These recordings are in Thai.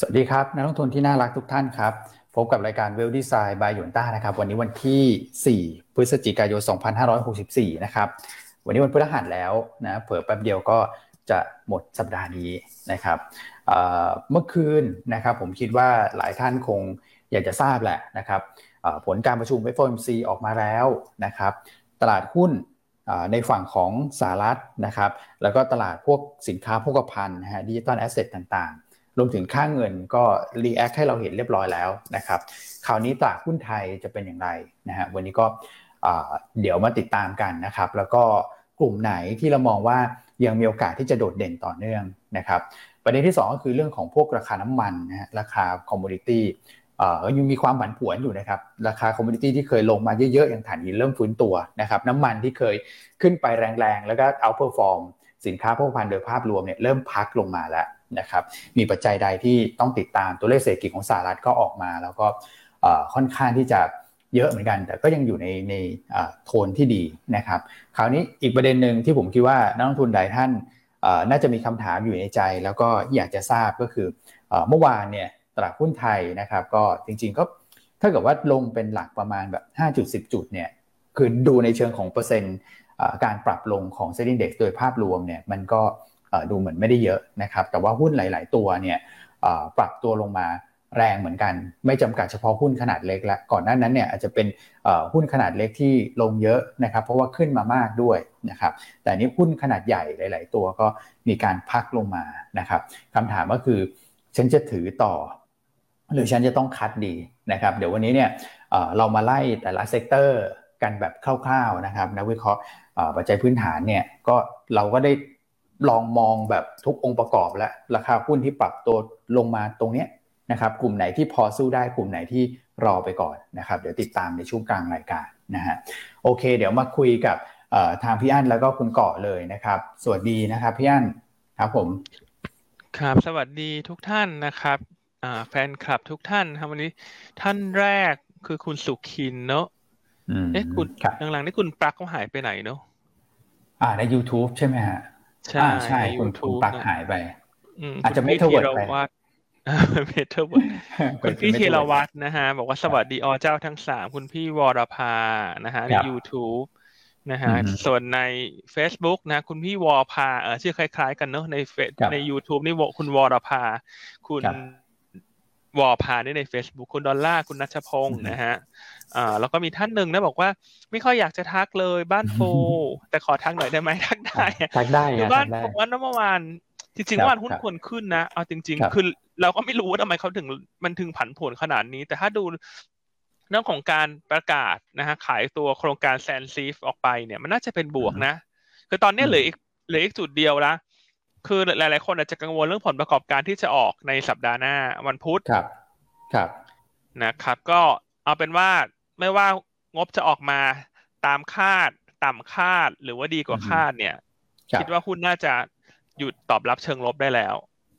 สวัสดีครับนักลงทุนที่น่ารักทุกท่านครับพบกับรายการ Well Design by หยวนต้านะครับวันนี้วันที่4พฤศจิกายน2564นะครับวันนี้วันพฤหัสแล้วนะเผลอแป๊บเดียวก็จะหมดสัปดาห์นี้นะครับเมื่อคืนนะครับผมคิดว่าหลายท่านคงอยากจะทราบแหละนะครับผลการประชุม FOMC ออกมาแล้วนะครับตลาดหุ้นในฝั่งของสหรัฐนะครับแล้วก็ตลาดพวกสินค้าโภคภัณฑ์นะฮะดิจิตอลแอสเซทต่างๆรวมถึงค่าเงินก็รีแอคให้เราเห็นเรียบร้อยแล้วนะครับคราวนี้ตลาดหุ้นไทยจะเป็นอย่างไรนะฮะวันนี้ก็เดี๋ยวมาติดตามกันนะครับแล้วก็กลุ่มไหนที่เรามองว่ายังมีโอกาสที่จะโดดเด่นต่อเนื่องนะครับประเด็นที่2ก็คือเรื่องของพวกราคาน้ำมันนะฮะราคาคอมมูนิตี้ยังมีความผันผวนอยู่นะครับราคาคอมมูนิตี้ที่เคยลงมาเยอะๆอย่างถ่านหินเริ่มฟื้นตัวนะครับน้ำมันที่เคยขึ้นไปแรงๆแล้วก็เอาท์เพอร์ฟอร์มสินค้าโภคภัณฑ์โดยภาพรวมเนี่ยเริ่มพักลงมาแล้วนะครับมีปัจจัยใดที่ต้องติดตามตัวเลขเศรษฐกิจของสหรัฐก็ออกมาแล้วก็ค่อนข้างที่จะเยอะเหมือนกันแต่ก็ยังอยู่ในโทนที่ดีนะครับคราวนี้อีกประเด็นหนึ่งที่ผมคิดว่านักลงทุนหลายท่านน่าจะมีคำถามอยู่ในใจแล้วก็อยากจะทราบก็คือเมื่อวานเนี่ยตลาดหุ้นไทยนะครับก็จริงๆก็ถ้าเกิดว่าลงเป็นหลักประมาณแบบ5-10 จุดเนี่ยคือดูในเชิงของเปอร์เซ็นต์การปรับลงของ Set Index โดยภาพรวมเนี่ยมันก็ดูเหมือนไม่ได้เยอะนะครับแต่ว่าหุ้นหลายๆตัวเนี่ยปรับตัวลงมาแรงเหมือนกันไม่จำกัดเฉพาะหุ้นขนาดเล็กและก่อนหน้านั้นเนี่ยอาจจะเป็นหุ้นขนาดเล็กที่ลงเยอะนะครับเพราะว่าขึ้นมามากด้วยนะครับแต่นี้หุ้นขนาดใหญ่หลายๆตัวก็มีการพักลงมานะครับคำถามก็คือฉันจะถือต่อหรือฉันจะต้องคัดดีนะครับเดี๋ยววันนี้เนี่ยเรามาไล่แต่ละเซกเตอร์กันแบบคร่าวๆนะครับนักวิเคราะห์ปัจจัยพื้นฐานเนี่ยก็เราก็ได้ลองมองแบบทุกองค์ประกอบและราคาหุ้นที่ปรับตัวลงมาตรงนี้นะครับกลุ่มไหนที่พอสู้ได้กลุ่มไหนที่รอไปก่อนนะครับเดี๋ยวติดตามในช่วงกลางรายการนะฮะโอเคเดี๋ยวมาคุยกับทางพี่อั้นแล้วก็คุณเกาะเลยนะครับสวัสดีนะครับพี่อั้นครับผมครับสวัสดีทุกท่านนะครับแฟนคลับทุกท่านครับวันนี้ท่านแรกคือคุณสุขินเนอะคุณหลังๆนี่คุณปลั๊กเขาหายไปไหนเนอะใน YouTube ใช่ไหมฮะใช่ในคุณ YouTube ปลั๊กนะหายไปอาจจะไม่เทเวิร์ดไปเมเทอร์เวิร์ดคุณพี่ธีรวัฒน์นะฮะบอกว่าสวัสดีเจ้าทั้ง3คุณพี่วรภานะฮะใน YouTube นะฮะส่วนใน Facebook นะคุณพี่วรภาชื่อคล้ายๆกันเนอะใน YouTube นี่คุณวรภาคุณวรภาใน Facebook คุณดอลล่าคุณณัชพงศ์นะฮะแล้วก็มีท่านหนึ่งนะบอกว่าไม่ค่อยอยากจะทักเลยบ้านโฟแต่ขอทักหน่อยได้ไหมทักได้คือบ้านโฟว่าเมื่อวานจริงๆว่าหุ้นควรขึ้นนะเอาจริงๆคือเราก็ไม่รู้ว่าทำไมเขามันถึงผันผวนขนาดนี้แต่ถ้าดูเรื่องของการประกาศนะฮะขายตัวโครงการแซนซีฟออกไปเนี่ยมันน่าจะเป็นบวกนะคือตอนนี้เหลืออีกจุดเดียวละคือหลายๆคนอาจจะกังวลเรื่องผลประกอบการที่จะออกในสัปดาห์หน้าวันพุธครับนะครับก็เอาเป็นว่าไม่ว่างบจะออกมาตามคาดต่ำคาดหรือว่าดีกว่าคาดเนี่ยคิดว่าหุ้นน่าจะหยุดตอบรับเชิงลบได้แล้ว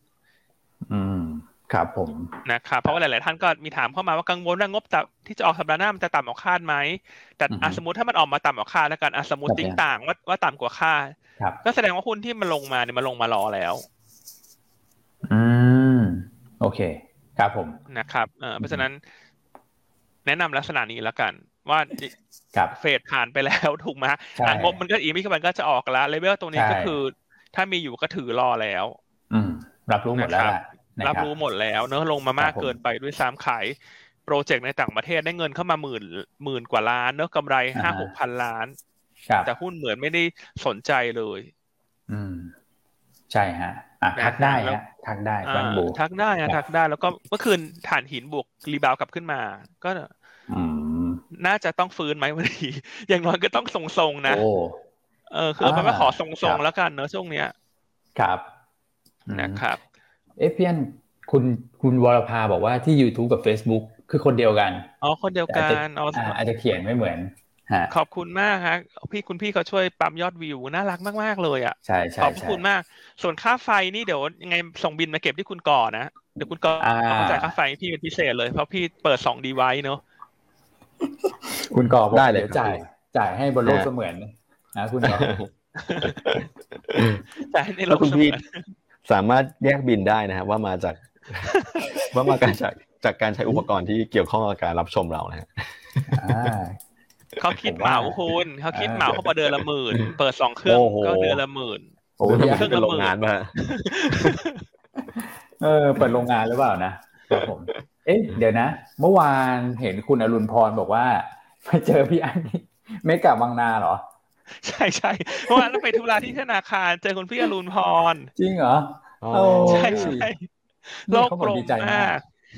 ครับผมนะครับเพราะว่าหลายๆท่านก็มีถามเข้ามาว่ากังวลว่างบที่จะออกสัปดาห์หน้ามันจะต่ำกว่าคาดไหมแต่สมมติถ้ามันออกมาต่ำกว่าคาดแล้วกันสมมติติ้งต่างว่าต่ำกว่าคาดก็แสดงว่าหุ้นที่มันลงมาเนี่ยมันลงมารอแล้วโอเคครับผมนะครับเพราะฉะนั้นแนะนำลักษณะนี้แล้วกันว่าเฟดผ่านไปแล้วถูกไหมงบมันก็อีกไม่กี่วันก็จะออกแล้วเลเวลตรงนี้ก็คือถ้ามีอยู่ก็ถือรอแล้วรับรู้หมดแล้วรับรู้หมดแล้วเนอะลงมามากเกินไปด้วยซ้ำขายโปรเจกต์ในต่างประเทศได้เงินเข้ามาหมื่นกว่าล้านเนอะกำไร 5-6 พันล้านแต่หุ้นเหมือนไม่ได้สนใจเลยใช่ฮะทักได้ฮะทักได้ทักได้แล้วก็เมื่อคืนถ่านหินบวกรีบาวกลับขึ้นมาก็น่าจะต้องฟื้นไหมวันนี้อย่างน้อยก็ต้องทรงๆนะคือมันก็ขอทรงๆแล้วกันเนอะช่วงเนี้ยครับนะครับเพี้ยนคุณวรภาบอกว่าที่ YouTube กับ Facebook คือคนเดียวกันคนเดียวกันอาจจะเขียนไม่เหมือนขอบคุณมากฮะคุณพี่เขาช่วยปั๊มยอดวิวน่ารักมากๆเลยอ่ะใช่ขอบคุณมากส่วนค่าไฟนี่เดี๋ยวยังไงส่งบินมาเก็บที่คุณก่อนะเดี๋ยวคุณก่อต้องจ่ายค่าไฟพี่เป็นพิเศษเลยเพราะพี่เปิด2 device เนอะคุณก่อได้เลยจ่ายให้บนโลกเสมือนนะคุณก่อจ่ายในโลกเสมือนสามารถแยกบินได้นะครับว่ามาจากว่ามาจากการใช้อุปกรณ์ที่เกี่ยวข้องกับการรับชมเรานะฮะเขาคิดเหมาคุณเขาคิดเหมาเขาเดือนละ10,000เปิด2เครื่องก็เดือนละ10,000 โอ้เครื่องเป็นโรงงานป่ะเปิดโรงงานหรือเปล่านะครับผมเดี๋ยวนะเมื่อวานเห็นคุณอรุณพรบอกว่าไปเจอพี่อันที่เมกะบางนาเหรอใช่ๆเมื่อวานเราไปธุระที่ธนาคารเจอคุณพี่อรุณพรจริงเหรอใช่ๆโลกโปร่งมาก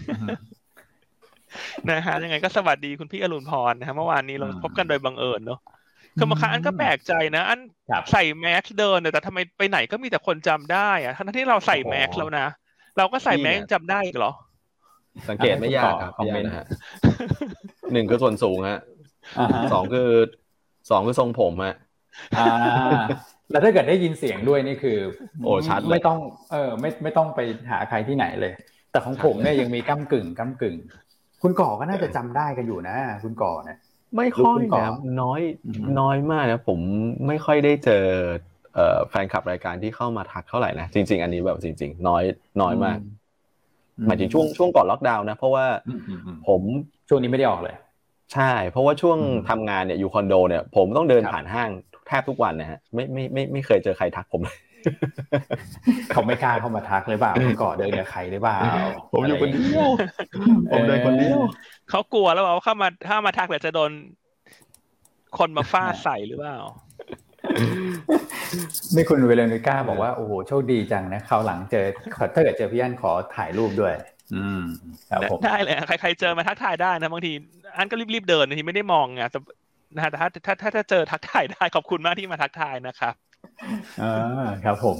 นะฮะยังไงก็สวัสดีคุณพี่อรุณพรนะฮะเมื่อวานนี้เราพบกันโดยบังเอิญเนาะคือบางครั้งอันก็แปลกใจนะอันใส่แมสเดินแต่ทำไมไปไหนก็มีแต่คนจำได้อะทั้งที่เราใส่แมสแล้วนะเราก็ใส่แมสยังจำได้อีกเหรอสังเกตไม่ยากครับคอมเมนต์นะฮะ1คือส่วนสูงฮะ2คือทรงผมฮะแล้วถ้าเกิดได้ยินเสียงด้วยนี่คือโอ้ชัดเลยไม่ต้องไม่ต้องไปหาใครที่ไหนเลยแต่ของผมเนี่ยยังมีก้ำกึ่งคุณก่อก็น่าจะจำได้กันอยู่นะคุณก่อเนี่ยไม่ค่อยนะน้อยมากนะผมไม่ค่อยได้เจอแฟนคลับรายการที่เข้ามาทักเท่าไหร่นะจริงๆอันนี้แบบจริงๆน้อยมากหมายถึงช่วงก่อนล็อกดาวน์นะเพราะว่าผมช่วงนี้ไม่ได้ออกเลยใช่เพราะว่าช่วงทำงานเนี่ยอยู่คอนโดเนี่ยผมต้องเดินผ่านห้างแทบทุกวันนะฮะไม่เคยเจอใครทักผมเลยเขาไม่กล้าเข้ามาทักเลยเปล่าคุณก่อเดินกับใครหรือเปล่าผมอยู่คนเดียวผมเดินคนเดียวเขากลัวแล้วว่าถ้ามาทักแล้วจะโดนคนมาฟาดใส่หรือเปล่านี่คุณเวเลนิก้าบอกว่าโอ้โหโชคดีจังนะคราวหลังถ้าเกิดเจอพี่อั้นขอถ่ายรูปด้วยได้เลยใครเจอมาทักทายได้นะบางทีอันก็รีบเดินบางทีไม่ได้มองไงแต่ถ้าเจอทักทายได้ขอบคุณมากที่มาทักทายนะครับครับผม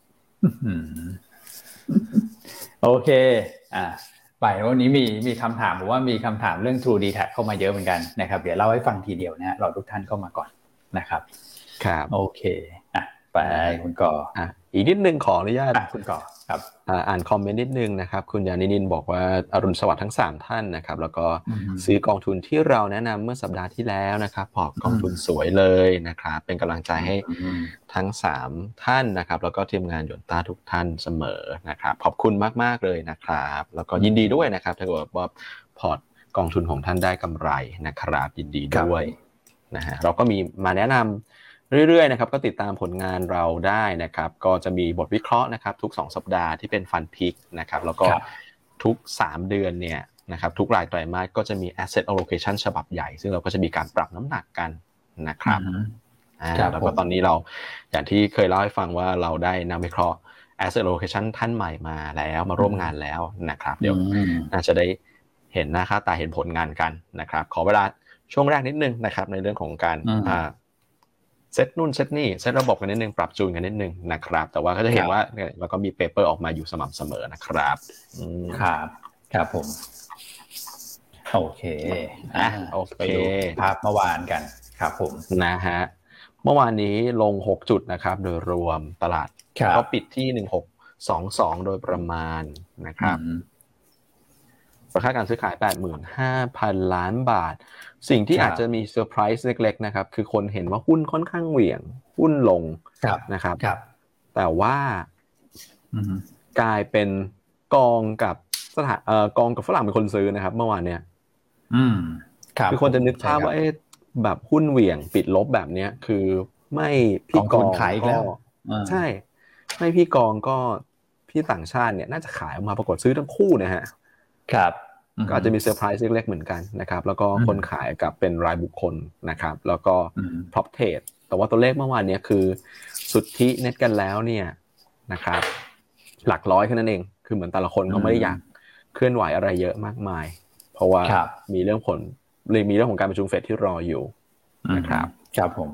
โอเคไปวันนี้มีคำถามผมว่ามีคำถามเรื่อง True D-Tag เข้ามาเยอะเหมือนกันนะครับเดี๋ยวเล่าให้ฟังทีเดียวนะรอทุกท่านเข้ามาก่อนนะครับครับโอเคไปคุณก่ออีกนิดนึงขออนุญาตคุณก่อครับอ่านคอมเมนต์นิดนึงนะครับคุณยานินบอกว่าอรุณสวัสดิ์ทั้ง3ท่านนะครับแล้วก็ซื้อกองทุนที่เราแนะนำเมื่อสัปดาห์ที่แล้วนะครับพอร์ตกองทุนสวยเลยนะครับเป็นกำลังใจให้ทั้ง3ท่านนะครับแล้วก็ทีมงานหยวนต้าทุกท่านเสมอนะครับขอบคุณมากๆเลยนะครับแล้วก็ยินดีด้วยนะครับถ้าเกิดว่าพอร์ตกองทุนของท่านได้กำไรนะครับยินดีด้วยนะฮะเราก็มีมาแนะนำเรื่อยๆนะครับก็ติดตามผลงานเราได้นะครับก็จะมีบทวิเคราะห์นะครับทุก2สัปดาห์ที่เป็นฟันพิกนะครับแล้วก็ทุก3เดือนเนี่ยนะครับทุกรายไตรมาสก็จะมี asset allocation ฉบับใหญ่ซึ่งเราก็จะมีการปรับน้ำหนักกันนะครับแล้วก็ตอนนี้เราอย่างที่เคยเล่าให้ฟังว่าเราได้นักวิเคราะห์ asset allocation ท่านใหม่มาแล้วมาร่วมงานแล้วนะครับเดี๋ยวน่าจะได้เห็นหน้าค่าตาเห็นผลงานกันนะครับขอเวลาช่วงแรกนิดนึงนะครับในเรื่องของการเซตนู่นเซตนี่เซตระบบกันนิดนึงปรับจูนกันนิดนึงนะครับแต่ว่าก็จะเห็นว่าเราก็มีเปเปอร์ออกมาอยู่สม่ำเสมอนะครับครับผมโอเคโอเคภาพเมื่อวานกันครับผมนะฮะเมื่อวานนี้ลง6จุดนะครับโดยรวมตลาดก็ปิดที่1622โดยประมาณนะครับมูลค่าการซื้อขาย 85,000 ล้านบาทสิ่งที่อาจจะมีเซอร์ไพรส์เล็กๆนะครับคือคนเห็นว่าหุ้นค่อนข้างเหวี่ยงหุ้นลงนะครับแต่ว่ากลายเป็นกองกับกองกับฝรั่งเป็นคนซื้อนะครับเมื่อวานเนี่ยคือคนจะนึกภาพว่าแบบหุ้นเหวี่ยงปิดลบแบบเนี้ยคือไม่พี่กองขายแล้วใช่ไม่พี่กองก็พี่ต่างชาติเนี่ยน่าจะขายออกมาปรากฏซื้อทั้งคู่นะฮะครับก็อาจจะมีเซอร์ไพรส์เล็กๆเหมือนกันนะครับแล้วก็คนขายกับเป็นรายบุคคลนะครับแล้วก็พร็อพเทรดแต่ว่าตัวเลขเมื่อวานนี้คือสุทธิเน็ตกันแล้วเนี่ยนะครับหลักร้อยแค่นั้นเองคือเหมือนแต่ละคนก็ไม่ได้อยากเคลื่อนไหวอะไรเยอะมากมายเพราะว่ามีเรื่องของการประชุมเฟดที่รออยู่นะครับครับผม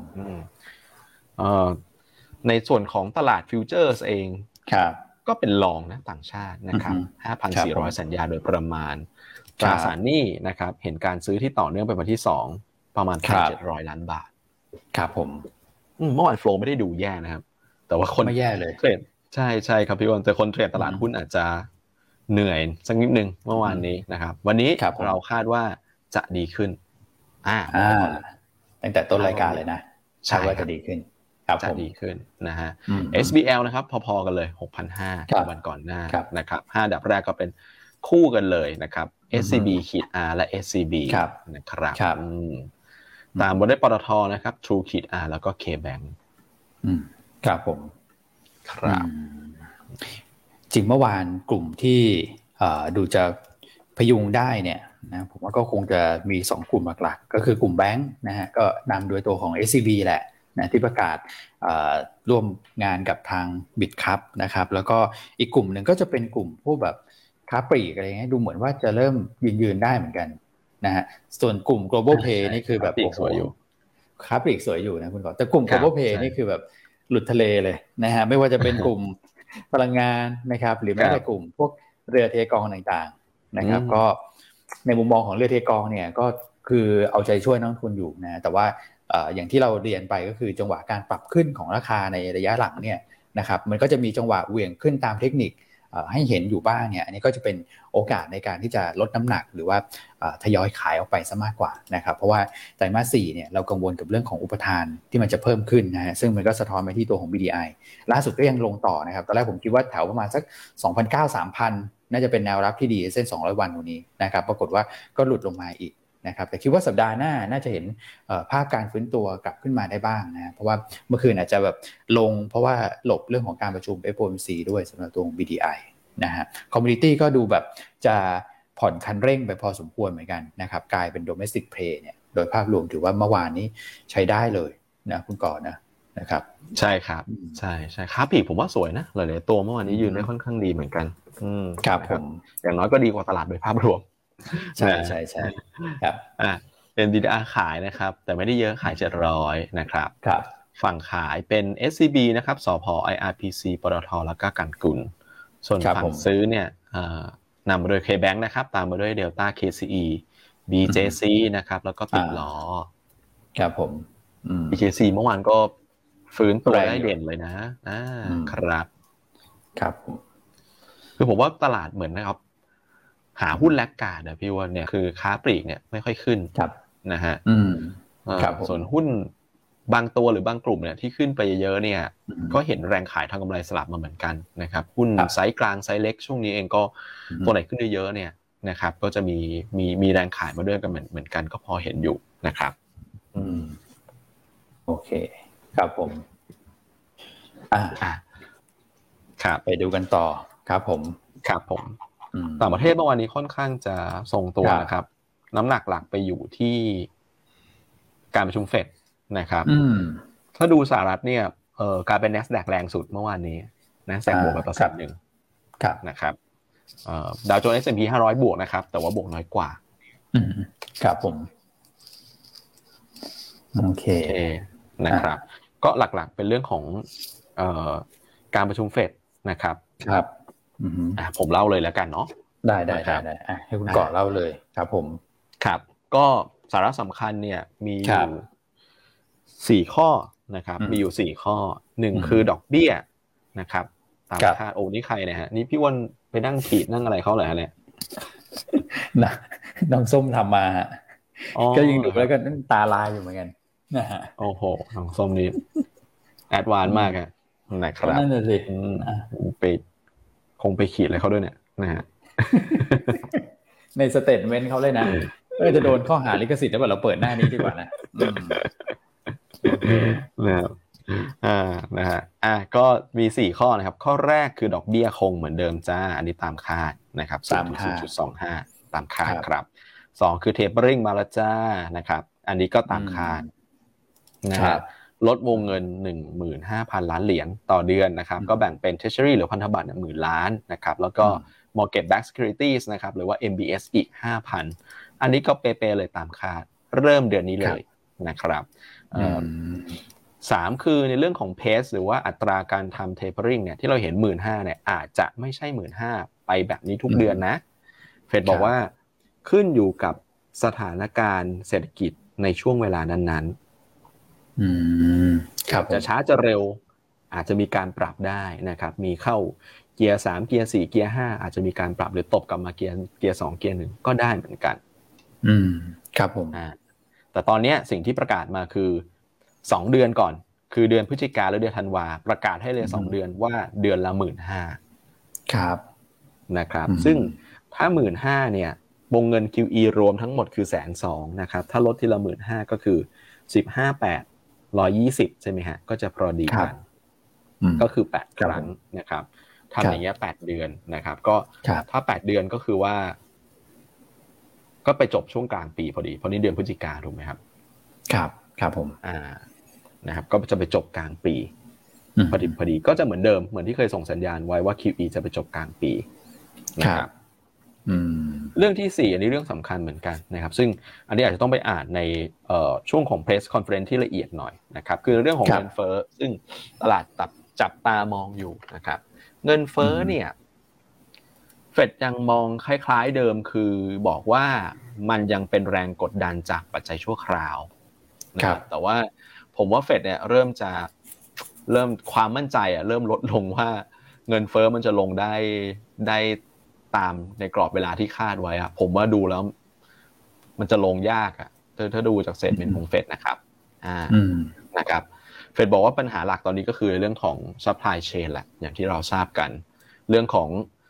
ในส่วนของตลาดฟิวเจอร์สเองครับก็เป็นรองนะต่างชาตินะครับ 5,400 สัญญาโดยประมาณตราสารหนี้นะครับเห็นการซื้อที่ต่อเนื่องเป็นวันที่2ประมาณ 1,700 ล้านบาทครับผมเมื่อวานโฟลว์ไม่ได้ดูแย่นะครับแต่ว่าคนไม่แย่เลยเทรดใช่ครับพี่อ้นแต่คนเทรดตลาดหุ้นอาจจะเหนื่อยสักนิดนึงเมื่อวานนี้นะครับวันนี้เราคาดว่าจะดีขึ้นตั้งแต่ต้นรายการเลยนะใช่ว่าจะดีขึ้นจะดีขึ้นนะฮะ SBL นะครับพอๆกันเลย 6,500 วันก่อนหน้านะครับ5อันดับแรกก็เป็นคู่กันเลยนะครับ SCB-R และ SCB นะครับตามบนด้วยปตทนะครับ True-R แล้วก็ KBank ครับผมครับจริงเมื่อวานกลุ่มที่ดูจะพยุงได้เนี่ยนะผมว่าก็คงจะมี2กลุ่มหลักๆก็คือกลุ่มแบงค์นะฮะก็นำโดยตัวของ SCB แหละนะที่ประกาศร่วมงานกับทาง BitCup นะครับแล้วก็อีกกลุ่มหนึ่งก็จะเป็นกลุ่มพวกแบบค้าปลีกอะไรเงี้ยดูเหมือนว่าจะเริ่มยืนได้เหมือนกันนะฮะส่วนกลุ่ม Global Pay นี่คือแบบสวยอยู่ค้าปลีกสวยอยู่นะคุณก่อนแต่กลุ่ม Global Pay นี่คือแบบหลุดทะเลเลยนะฮะไม่ว่าจะเป็นกลุ่มพลังงานนะครับหรือแม้แต่กลุ่มพวกเรือเทกองต่างๆนะครับก็ในมุมมองของเรือเทกองเนี่ยก็คือเอาใจช่วยนักลงทุนอยู่นะแต่ว่าอย่างที่เราเรียนไปก็คือจังหวะการปรับขึ้นของราคาในระยะหลังเนี่ยนะครับมันก็จะมีจังหวะเหวี่ยงขึ้นตามเทคนิคให้เห็นอยู่บ้างเนี่ยอันนี้ก็จะเป็นโอกาสในการที่จะลดน้ำหนักหรือว่าทยอยขายออกไปซะมากกว่านะครับเพราะว่าไตรมาส 4เนี่ยเรากังวลกับเรื่องของอุปทานที่มันจะเพิ่มขึ้นนะฮะซึ่งมันก็สะท้อนไปที่ตัวของ BDI ล่าสุดก็ยังลงต่อนะครับตอนแรกผมคิดว่าแถวประมาณสัก 2,900-3,000 น่าจะเป็นแนวรับที่ดีเส้น200วันตรงนี้นะครับปรากฏว่าก็หลุดลงมาอีกนะครับแต่คิดว่าสัปดาห์หน้าน่าจะเห็นภาพการฟื้นตัวกลับขึ้นมาได้บ้างนะเพราะว่าเมื่อคืนอาจจะแบบลงเพราะว่าหลบเรื่องของการประชุม FOMC ด้วยสำหรับตัวของ BDI นะฮะคอมมูนิตี้ก็ดูแบบจะผ่อนคันเร่งไปพอสมควรเหมือนกันนะครับกลายเป็น domestic play เนี่ยโดยภาพรวมถือว่าเมื่อวานนี้ใช้ได้เลยนะคุณก่อนนะครับใช่ครับใช่ใช่ครับปีกผมว่าสวยนะหลายๆตัวเมื่อวานนี้ยืนได้ค่อนข้างดีเหมือนกันครับผมอย่างน้อยก็ดีกว่าตลาดโดยภาพรวมใช่ใช่ใช่ครับเป็น DDR ขายนะครับแต่ไม่ได้เยอะขาย700นะครับครับฝั่งขายเป็น SCB นะครับสผ IRPC ปตทแล้วก็กันกุลส่วนฝั่งซื้อเนี่ยนำมาโดย KBank นะครับตามมาด้วย Delta KCE BJC นะครับแล้วก็ติดล้อครับผม BJC เมื่อวานก็ฟื้นตัวได้เด่นเลยนะครับครับคือผมว่าตลาดเหมือนนะครับหาหุ้นแลกการ์ดนะพี่ว่าเนี่ยคือค้าปลีกเนี่ยไม่ค่อยขึ้นนะฮะส่วนหุ้นบางตัวหรือบางกลุ่มเนี่ยที่ขึ้นไปเยอะๆเนี่ยก็เห็นแรงขายทางกำไรสลับมาเหมือนกันนะครับหุ้นไซส์กลางไซส์เล็กช่วงนี้เองก็ตัวไหนขึ้นเยอะๆเนี่ยนะครับก็จะมีแรงขายมาด้วยกันเหมือนกันก็พอเห็นอยู่นะครับโอเคครับผมครับไปดูกันต่อครับผมต่างประเทศเมื่อวานนี้ค่อนข้างจะทรงตัวนะครับน้ำหนักหลักไปอยู่ที่การประชุมเฟดนะครับถ้าดูสหรัฐเนี่ยกลายเป็น NASDAQ แรงสุดเมื่อวานนี้ NASDAQ บวกไป%นะครับดาวโจนส์ S&P 500บวกนะครับแต่ว่าบวกน้อยกว่าครับผมโอเคนะครับก็หลักๆเป็นเรื่องของการประชุมเฟดนะครับครับผมเล่าเลยแล้วกันเนาะได้ให้คุณก่อเล่าเลยครับผมครับก็สาระสำคัญเนี่ยมีอยู่4ข้อนะครับมีอยู่4ข้อ1คือดอกเบี้ยนะครับตามคาดนี่ใครนะฮะนี่พี่วันไปนั่งขีดนั่งอะไรเขาเหรอเนี่ยน้องส้มทำมาก็ยิงดูแล้วก็ตาลายอยู่เหมือนกันนะฮะโอ้โหน้องส้มนี่แอดวานซ์มากอ่ะนะครับนั่นน่ะสิไปคงไปขีดอะไรเขาด้วยเนี่ยนะฮะในสเตทเมนต์เขาเลยนะจะโดนข้อหาลิขสิทธิ์แล้วแบบเราเปิดหน้านี้ดีกว่านะนะครับนะฮะก็มี4ข้อนะครับข้อแรกคือดอกเบี้ยคงเหมือนเดิมจ้าอันนี้ตามคาดนะครับ 0.25 ตามคาดครับ2คือเทปเปอริ่งมาแล้วจ้านะครับอันนี้ก็ตามคาดนะครับลดวงเงิน 15,000 ล้านเหรียญต่อเดือนนะครับก็แบ่งเป็น Treasury หรือพันธบัตร10,000 ล้านนะครับแล้วก็ Mortgage Backed Securities นะครับหรือว่า MBS อีก 5,000 อันนี้ก็เป๊ะๆเลยตามคาดเริ่มเดือนนี้เลยนะครับ3คือในเรื่องของ pace หรือว่าอัตราการทำ tapering เนี่ยที่เราเห็น 15,000 เนี่ยอาจจะไม่ใช่ 15,000 ไปแบบนี้ทุกเดือนนะเฟดบอกว่าขึ้นอยู่กับสถานการณ์เศรษฐกิจในช่วงเวลานั้นๆจะช้าจะเร็วอาจจะมีการปรับได้นะครับมีเข้าเกียร์3เกียร์4เกียร์5อาจจะมีการปรับหรือตบกลับมาเกียร์2เกียร์1ก็ได้เหมือนกันครับผมแต่ตอนนี้สิ่งที่ประกาศมาคือ2เดือนก่อนคือเดือนพฤศจิกาและเดือนธันวาประกาศให้เลย2เดือนว่าเดือนละ 15,000 ครับนะครับซึ่งถ้า 15,000 เนี่ยวงเงิน QE รวมทั้งหมดคือ 120,000 นะครับถ้าลดทีละ 15,000 ก็คือ15,820ใช่ไหมฮะก็จะพอดีกันก็คือ8ครั้งนะครับทำอย่างเงี้ย8เดือนนะครับก็ถ้า8เดือนก็คือว่าก็ไปจบช่วงกลางปีพอดีเพราะนี่เดือนพฤศจิกาถูกไหมครับครับผมนะครับก็จะไปจบกลางปีพอดีก็จะเหมือนเดิมเหมือนที่เคยส่งสัญญาณไว้ว่า QE จะไปจบกลางปีนะครับเรื่องที่4อันนี้เรื่องสำคัญเหมือนกันนะครับซึ่งอันนี้อาจจะต้องไปอ่านในช่วงของ press conference ที่ละเอียดหน่อยนะครับคือเรื่องของเงินเฟ้อซึ่งตลาดจับตามองอยู่นะครับเงินเฟ้อเนี่ยเฟดยังมองคล้ายๆเดิมคือบอกว่ามันยังเป็นแรงกดดันจากปัจจัยชั่วคราวนะครับแต่ว่าผมว่าเฟดเนี่ยเริ่มความมั่นใจเริ่มลดลงว่าเงินเฟ้อมันจะลงได้ตามในกรอบเวลาที่คาดไว้ผมว่าดูแล้วมันจะลงยากถ้าดูจากสเตทเมนต์ของเฟดนะครับนะครับเฟดบอกว่าปัญหาหลักตอนนี้ก็คือเรื่องของ supply chain แหละอย่างที่เราทราบกันเรื่องของ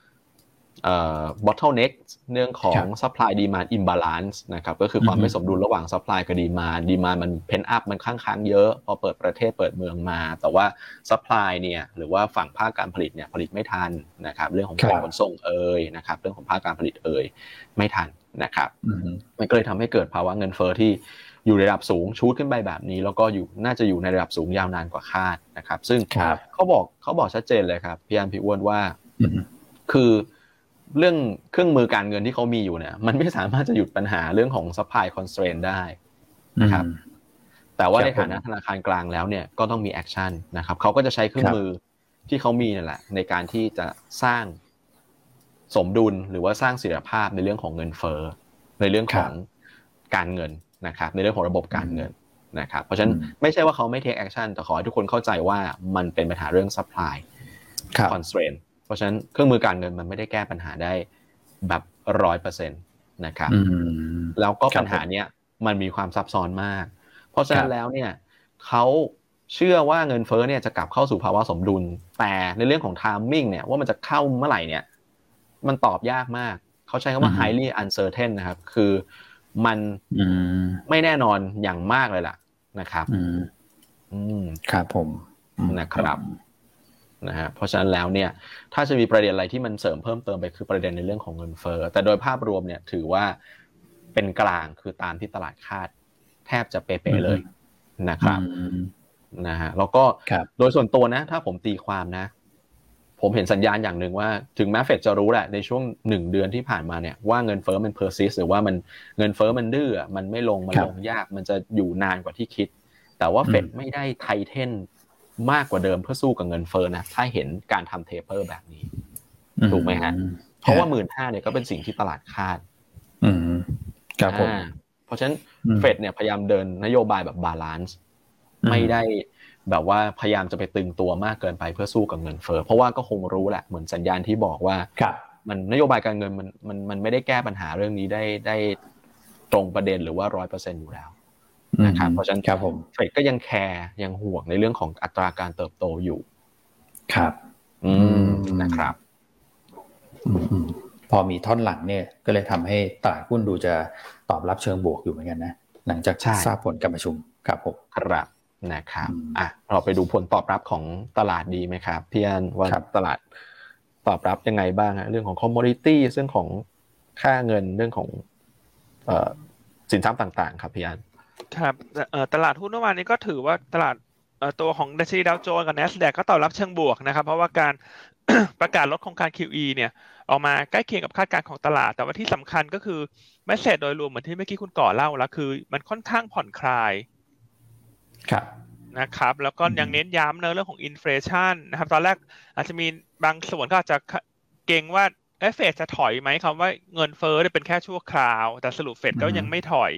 bottleneck เรื่องของ supply demand imbalance นะครับก็คือความไม่สมดุลระหว่าง supply กับ demand มัน pent up มันค้างเยอะพอเปิดประเทศเปิดเมืองมาแต่ว่า supply เนี่ยหรือว่าฝั่งภาคการผลิตเนี่ยผลิตไม่ทันนะครับเรื่องของการขนส่งนะครับเรื่องของภาคการผลิตไม่ทันนะครับมันก็เลยทำให้เกิดภาวะเงินเฟ้อที่อยู่ในระดับสูงชูดขึ้นไปแบบนี้แล้วก็น่าจะอยู่ในระดับสูงยาวนานกว่าคาดนะครับซึ่งเขาบอกชัดเจนเลยครับพี่อันพี่อ้วนว่าคือเรื่องเครื่องมือการเงินที่เขามีอยู่เนี่ยมันไม่สามารถจะหยุดปัญหาเรื่องของ supply constraint ได้นะครับแต่ว่าในฐานะธนาคารกลางแล้วเนี่ยก็ต้องมีแอคชั่นนะครับเขาก็จะใช้เครื่องมือที่เขามีนั่นแหละในการที่จะสร้างสมดุลหรือว่าสร้างเสถียรภาพในเรื่องของเงินเฟ้อในเรื่องของการเงินนะครับในเรื่องของระบบการเงินนะครับเพราะฉะนั้นไม่ใช่ว่าเขาไม่ take action แต่ขอให้ทุกคนเข้าใจว่ามันเป็นปัญหาเรื่อง supply constraintเพราะฉะนั้นเครื่องมือการเงินมันไม่ได้แก้ปัญหาได้แบบ 100% นะครับแล้วก็ปัญหาเนี้ยมันมีความซับซ้อนมากเพราะฉะนั้นแล้วเนี่ยเขาเชื่อว่าเงินเฟ้อเนี่ยจะกลับเข้าสู่ภาวะสมดุลแต่ในเรื่องของ timing เนี่ยว่ามันจะเข้าเมื่อไหร่เนี่ยมันตอบยากมากเขาใช้คำว่า highly uncertain นะครับคือมันไม่แน่นอนอย่างมากเลยล่ะนะครับครับผมนะครับนะฮะเพราะฉะนั้นแล้วเนี่ยถ้าจะมีประเด็นอะไรที่มันเสริมเพิ่มเติมไปคือประเด็นในเรื่องของเงินเฟ้อแต่โดยภาพรวมเนี่ยถือว่าเป็นกลางคือตามที่ตลาดคาดแทบจะเป๊ะๆเลยนะครับนะฮะแล้วก็โดยส่วนตัวนะถ้าผมตีความนะผมเห็นสัญญาณอย่างหนึ่งว่าถึงแม้เฟดจะรู้แหละในช่วง1เดือนที่ผ่านมาเนี่ยว่าเงินเฟ้อมัน persist หรือว่ามันเงินเฟ้อมันดื้อมันไม่ลงมันลงยากมันจะอยู่นานกว่าที่คิดแต่ว่าเฟดไม่ได้ไทเทนมากกว่าเดิมเพื่อสู้กับเงินเฟ้อนะถ้าเห็นการทำเทเปอร์แบบนี้ถูกไหมฮะเพราะว่า 15,000 เนี่ยก็เป็นสิ่งที่ตลาดคาดครับผมเพราะฉะนั้นเฟดเนี่ยพยายามเดินนโยบายแบบบาลานซ์ไม่ได้แบบว่าพยายามจะไปตึงตัวมากเกินไปเพื่อสู้กับเงินเฟ้อเพราะว่าก็คงรู้แหละเหมือนสัญญาณที่บอกว่ามันนโยบายการเงินมันไม่ได้แก้ปัญหาเรื่องนี้ได้ตรงประเด็นหรือว่า 100% อยู่แล้วนะครับเพราะฉะนั้นเฟดก็ยังแคร์ยังห่วงในเรื่องของอัตราการเติบโตอยู่ครับนะครับพอมีท่อนหลังเนี่ยก็เลยทำให้ตลาดหุ้นดูจะตอบรับเชิงบวกอยู่เหมือนกันนะหลังจากทราบผลการประชุมครับผมครับนะครับเราไปดูผลตอบรับของตลาดดีไหมครับพี่อันว่าตลาดตอบรับยังไงบ้างฮะเรื่องของคอมโมดิตี้เรื่องของค่าเงินเรื่องของสินทรัพย์ต่างๆครับพี่อันครับตลาดหุ้นเมื่อวานนี้ก็ถือว่าตลาดตัวของดัชนีดาวโจนส์กับ NASDAQ ก็ตอบรับเชิงบวกนะครับเพราะว่าการ ประกาศลดโครงการ QE เนี่ยออกมาใกล้เคียงกับคาดการณ์ของตลาดแต่ว่าที่สำคัญก็คือเมสเสจโดยรวมเหมือนที่เมื่อกี้คุณก่อเล่าแล้วคือมันค่อนข้างผ่อนคลายนะครับแล้วก็ยังเน้นย้ำเรื่องของอินเฟลชันนะครับตอนแรกอาจจะมีบางส่วนก็อาจจะเกรงว่าเฟดจะถอยไหมคำว่าเงินเฟ้อเป็นแค่ชั่วคราวแต่สรุปเฟดก็ยังไม่ถอย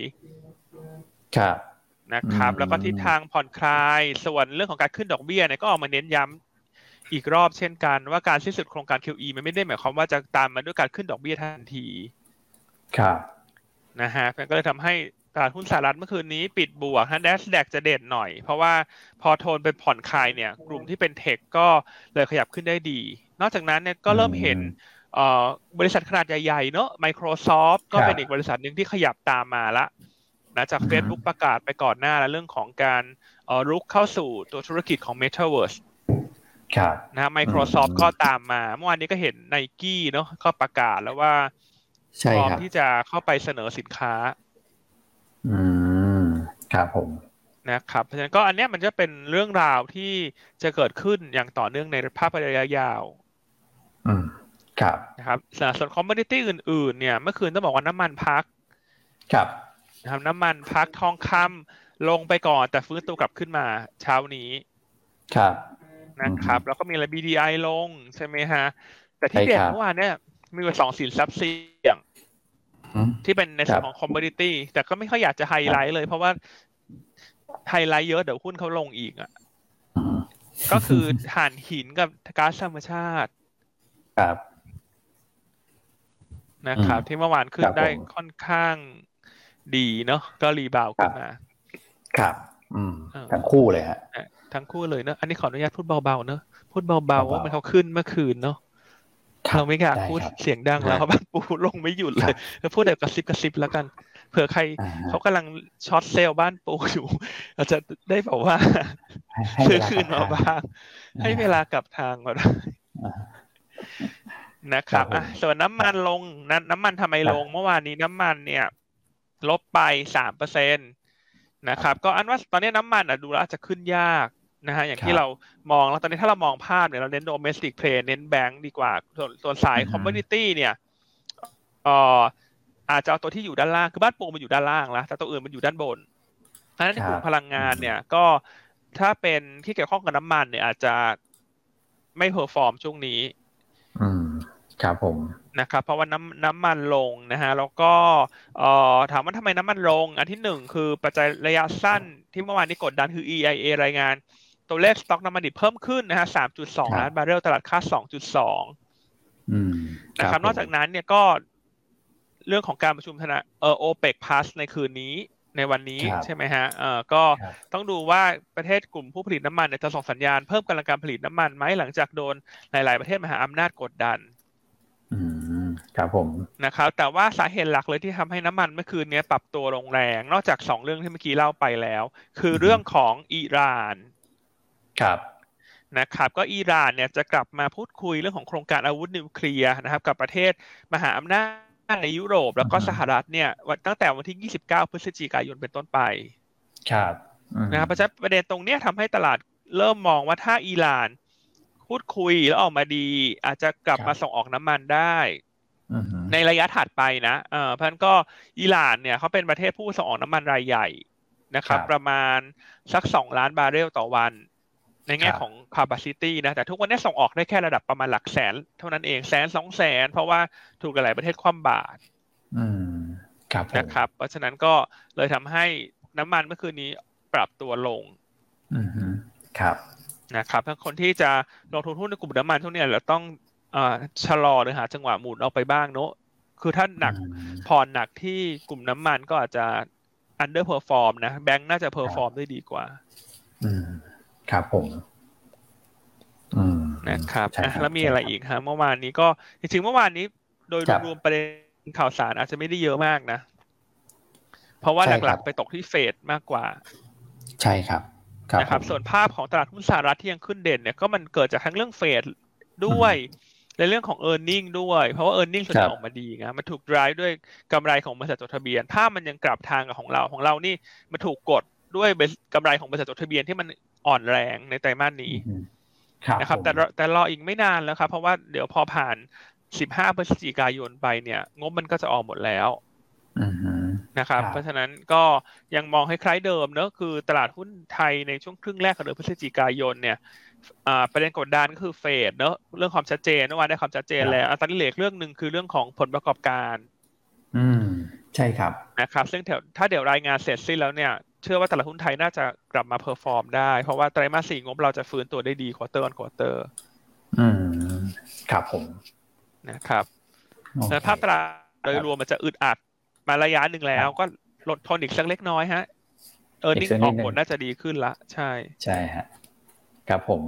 นะครับแล้วก็ทิศทางผ่อนคลายส่วนเรื่องของการขึ้นดอกเบี้ยเนี่ยก็ออกมาเน้นย้ำอีกรอบเช่นกันว่าการสิ้นสุดโครงการ QE มันไม่ได้หมายความว่าจะตามมาด้วยการขึ้นดอกเบี้ยทันทีนะฮะก็เลยทำให้ตลาดหุ้นสหรัฐเมื่อคืนนี้ปิดบวกฮะ NASDAQ จะเด่นหน่อยเพราะว่าพอโทนเป็นผ่อนคลายเนี่ยกลุ่มที่เป็นเทคก็เลยขยับขึ้นได้ดีนอกจากนั้นเนี่ยก็เริ่มเห็นบริษัทขนาดใหญ่ๆเนอะ Microsoft ก็เป็นอีกบริษัทหนึ่งที่ขยับตามมาละนะจาก Facebook ประกาศไปก่อนหน้าแล้วเรื่องของการรุกเข้าสู่ตัวธุรกิจของ Metaverse นะ Microsoft ก็ตามมาเมื่อวานนี้ก็เห็น Nike เนอะก็ประกาศแล้วว่าพร้อมที่จะเข้าไปเสนอสินค้าครับผมนะครับเพราะฉะนั้นก็อันเนี้ยมันจะเป็นเรื่องราวที่จะเกิดขึ้นอย่างต่อเนื่องในภาพระยะยาวครับนะครับส่วนคอมมูนิตี้อื่นๆเนี่ยเมื่อคืนต้องบอกว่าน้ำมันพักครับนะครับน้ำมันพักทองคำลงไปก่อนแต่ฟื้นตัวกลับขึ้นมาเช้านี้ครับนะครับแล้วก็มีอะไร BDI ลงใช่ไหมฮะแต่ที่เด่นเมื่อวานเนี่ยมีอยู่2สินทรัพย์เสี่ยงที่เป็นในส่วนของคอมมูนิตี้แต่ก็ไม่ค่อยอยากจะไฮไลท์เลยเพราะว่าไฮไลท์เยอะเดี๋ยวหุ้นเขาลงอีกอ่ะก็คือถ่านหินกับก๊าซธรรมชาติครับนะครับที่เมื่อวานขึ้นได้ค่อนข้างดีเนาะก็รีบาวขึ้นมาครับทั้งคู่เลยฮะทั้งคู่เลยเนอะอันนี้ขออนุญาตพูดเบาๆเนอะพูดเบาๆว่ามันเขาขึ้นเมื่อคืนเนาะเราไม่อยากพูดเสียงดังแล้วเพราะบ้านปูลงไม่หยุดเลยพูดแบบกระซิบแล้วกันเผื่อใครเขากำลังช็อตเซลบ้านปูอยู่เราจะได้บอกว่าซื้อคืนมาบ้างให้เวลากลับทางมาได้นะครับส่วนน้ำมันลงน้ำมันทำไมลงเมื่อวานนี้น้ำมันเนี่ยลบไป 3% นะครับก็อันว่าตอนนี้น้ำมันดูแล้วอาจจะขึ้นยากนะฮะอย่างที่เรามองแล้วตอนนี้ถ้าเรามองภาพเนี่ยเราเน้น domestic play เน้นแบงก์ดีกว่าส่วนสาย commodity เนี่ยอาจจะเอาตัวที่อยู่ด้านล่างคือบ้านปูมันอยู่ด้านล่างแล้วแต่ตัวอื่นมันอยู่ด้านบนเพราะฉะนั้นในกลุ่มพลังงานเนี่ยก็ถ้าเป็นที่เกี่ยวข้องกับน้ำมันเนี่ยอาจจะไม่เพอร์ฟอร์มช่วงนี้ครับผมนะครับเพราะว่าน้ำมันลงนะฮะแล้วก็ถามว่าทำไมน้ำมันลงอันที่1คือปัจจัยระยะสั้นที่เมื่อวานนี้กดดันคือ EIA รายงานตัวเลขสต็อกน้ำมันดิบเพิ่มขึ้นนะฮะ 3.2 ล้านบาร์เรลตลาดคาด 2.2 นะครับนอกจากนั้นเนี่ยก็เรื่องของการประชุมคณะOPEC Plus ในคืนนี้ในวันนี้ใช่ไหมฮะก็ต้องดูว่าประเทศกลุ่มผู้ผลิตน้ำมันเนี่ยจะส่งสัญญาณเพิ่มกำลังการผลิตน้ำมันไหมหลังจากโดนหลายๆประเทศมหาอำนาจกดดันครับผมนะครับแต่ว่าสาเหตุหลักเลยที่ทำให้น้ำมันเมื่อคืนนี้ปรับตัวลงแรงนอกจาก2เรื่องที่เมื่อกี้เล่าไปแล้วคือเรื่องของอิหร่านครับนะครับก็อิหร่านเนี่ยจะกลับมาพูดคุยเรื่องของโครงการอาวุธนิวเคลียร์นะครับกับประเทศมหาอำนาจในยุโรปแล้วก็สหรัฐเนี่ยตั้งแต่วันที่29พฤศจิกายนเป็นต้นไปครับนะครับเพราะฉะนั้นประเด็นตรงนี้ทำให้ตลาดเริ่มมองว่าถ้าอิหร่านพูดคุยแล้วออกมาดีอาจจะกลับมาส่งออกน้ำมันได้ในระยะถัดไปนะเพราะฉะนั้นก็อิหร่านเนี่ยเขาเป็นประเทศผู้ส่งออกน้ำมันรายใหญ่นะครับประมาณสัก2 ล้านบาร์เรลต่อวันในแง่ของ capacity นะแต่ทุกวันนี้ส่งออกได้แค่ระดับประมาณหลักแสนเท่านั้นเอง100,000-200,000เพราะว่าถูกหลายประเทศคว่ำบาตรนะครับเพราะฉะนั้นก็เลยทำให้น้ำมันเมื่อคืนนี้ปรับตัวลงครับนะครับถ้าคนที่จะลงทุนหุ้นในกลุ่มน้ำมันพวกนี้เราต้องชะลอหรือหาจังหวะหมุนออกไปบ้างเนอะคือถ้าหนักพอหนักที่กลุ่มน้ำมันก็อาจจะ underperform นะแบงก์น่าจะ perform ได้ดีกว่าครับผมนะครับแล้วมีอะไรอีกฮะเมื่อวานนี้ก็จริงๆเมื่อวานนี้โดยรวมประเด็นข่าวสารอาจจะไม่ได้เยอะมากนะเพราะว่าหลักๆไปตกที่เฟดมากกว่าใช่ครับนะครับส่วนภาพของตลาดหุ้นสหรัฐที่ยังขึ้นเด่นเนี่ยก็มันเกิดจากทั้งเรื่องเฟดด้วยในเรื่องของ earning ด้วยเพราะว่า earning ส่วนใหญ่ออกมาดีนะมันถูก drive ด้วยกำไรของบริษัทจดทะเบียนภาพมันยังกลับทางกับของเรานี่มันถูกกดด้วยกำไรของบริษัทจดทะเบียนที่มันอ่อนแรงในไตรมาสนี้นะครับแต่รออีกไม่นานแล้วครับเพราะว่าเดี๋ยวพอผ่าน15พฤศจิกายนไปเนี่ยงบมันก็จะออกหมดแล้วนะครับเพราะฉะนั้นก็ยังมองให้คล้ายเดิมเนอะคือตลาดหุ้นไทยในช่วงครึ่งแรกของเดือนพฤศจิกายนเนี่ยประเด็นกดดันก็คือเฟดเนอะเรื่องความชัดเจนเมื่อวานได้ความชัดเจนแล้วตอนนี้เหลือเรื่องนึงคือเรื่องของผลประกอบการใช่ครับนะครับซึ่งถ้าเดี๋ยวรายงานเสร็จสิ้นแล้วเนี่ยเชื่อว่าตลาดหุ้นไทยน่าจะกลับมาเพอร์ฟอร์มได้เพราะว่าไตรมาส 4งบเราจะฟื้นตัวได้ดีควอเตอร์ออนควอเตอร์ครับผมนะครับและภาพตลาดโดยรวมมันจะอึดอัดมาระยะหนึ่งแล้วก็ลดทนอีกสักเล็กน้อยฮะearning ออกผลน่าจะดีขึ้นละใช่ฮะครับผม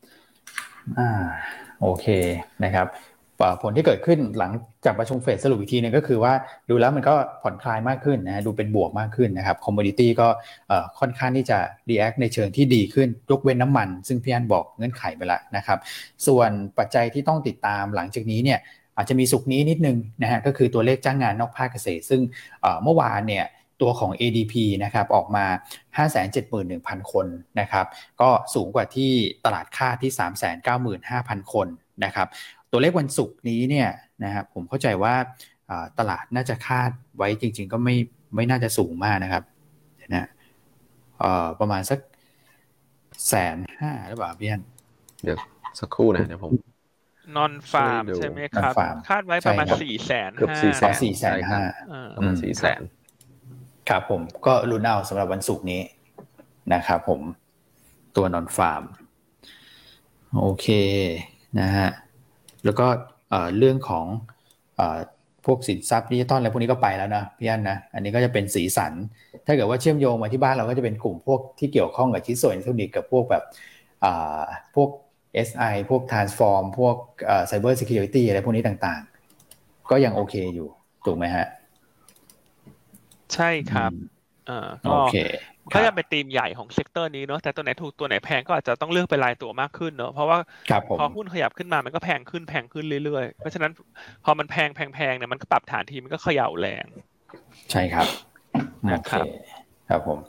โอเคนะครับผลที่เกิดขึ้นหลังจากประชุมเฟดสรุปอีกทีนึงก็คือว่าดูแล้วมันก็ผ่อนคลายมากขึ้นนะดูเป็นบวกมากขึ้นนะครับคอมโมดิตี้ก็ค่อนข้างที่จะรีแอคในเชิงที่ดีขึ้นยกเว้นน้ำมันซึ่งพี่อันบอกเงื่อนไขไปแล้วนะครับส่วนปัจจัยที่ต้องติดตามหลังจากนี้เนี่ยอาจจะมีสุกนี้นิดนึงนะฮะก็คือตัวเลขจ้างงานนอกภาคเกษตรซึ่งเมื่อวานเนี่ยตัวของ ADP นะครับออกมา 571,000 คนนะครับก็สูงกว่าที่ตลาดคาดที่ 395,000 คนนะครับตัวเลขวันศุกร์นี้เนี่ยนะครับผมเข้าใจว่าตลาดน่าจะคาดไว้จริงๆก็ไม่น่าจะสูงมากนะครับนะประมาณสัก 150,000 หรือเปล่าพี่อันเดี๋ยวสักครู่นะเดี๋ยวผมนอนฟาร์มใช่ไหมครับคาดไว้ประมาณ 450,000 เกือบ 450,000 ประมาณ 400,000 ครับผมก็ลุ้นเอาสำหรับวันศุกร์นี้นะครับผมตัวนอนฟาร์มโอเคนะฮะแล้วก็เรื่องของพวกสินทรัพย์ดิจิตอลอะไรพวกนี้ก็ไปแล้วนะพี่อันนะอันนี้ก็จะเป็นสีสันถ้าเกิดว่าเชื่อมโยงมาที่บ้านเราก็จะเป็นกลุ่มพวกที่เกี่ยวข้องกับชิ้นส่วนอิเล็กทรอนิกส์กับพวกแบบพวก SI พวก Transform พวกCyber Security อะไรพวกนี้ต่างๆก็ยังโอเคอยู่ถูกไหมฮะใช่ครับก็จะเป็นธีมใหญ่ของเซกเตอร์นี้เนาะแต่ตัวไหนถูกตัวไหนแพงก็อาจจะต้องเลือกเป็นรายตัวมากขึ้นเนาะเพราะว่าพอหุ้นขยับขึ้นมามันก็แพงขึ้นเรื่อยๆเพราะฉะนั้นพอมันแพงเนี่ยมันก็ปรับฐานทีมันก็เขย่าแรงใช่ครับนะครับครับผม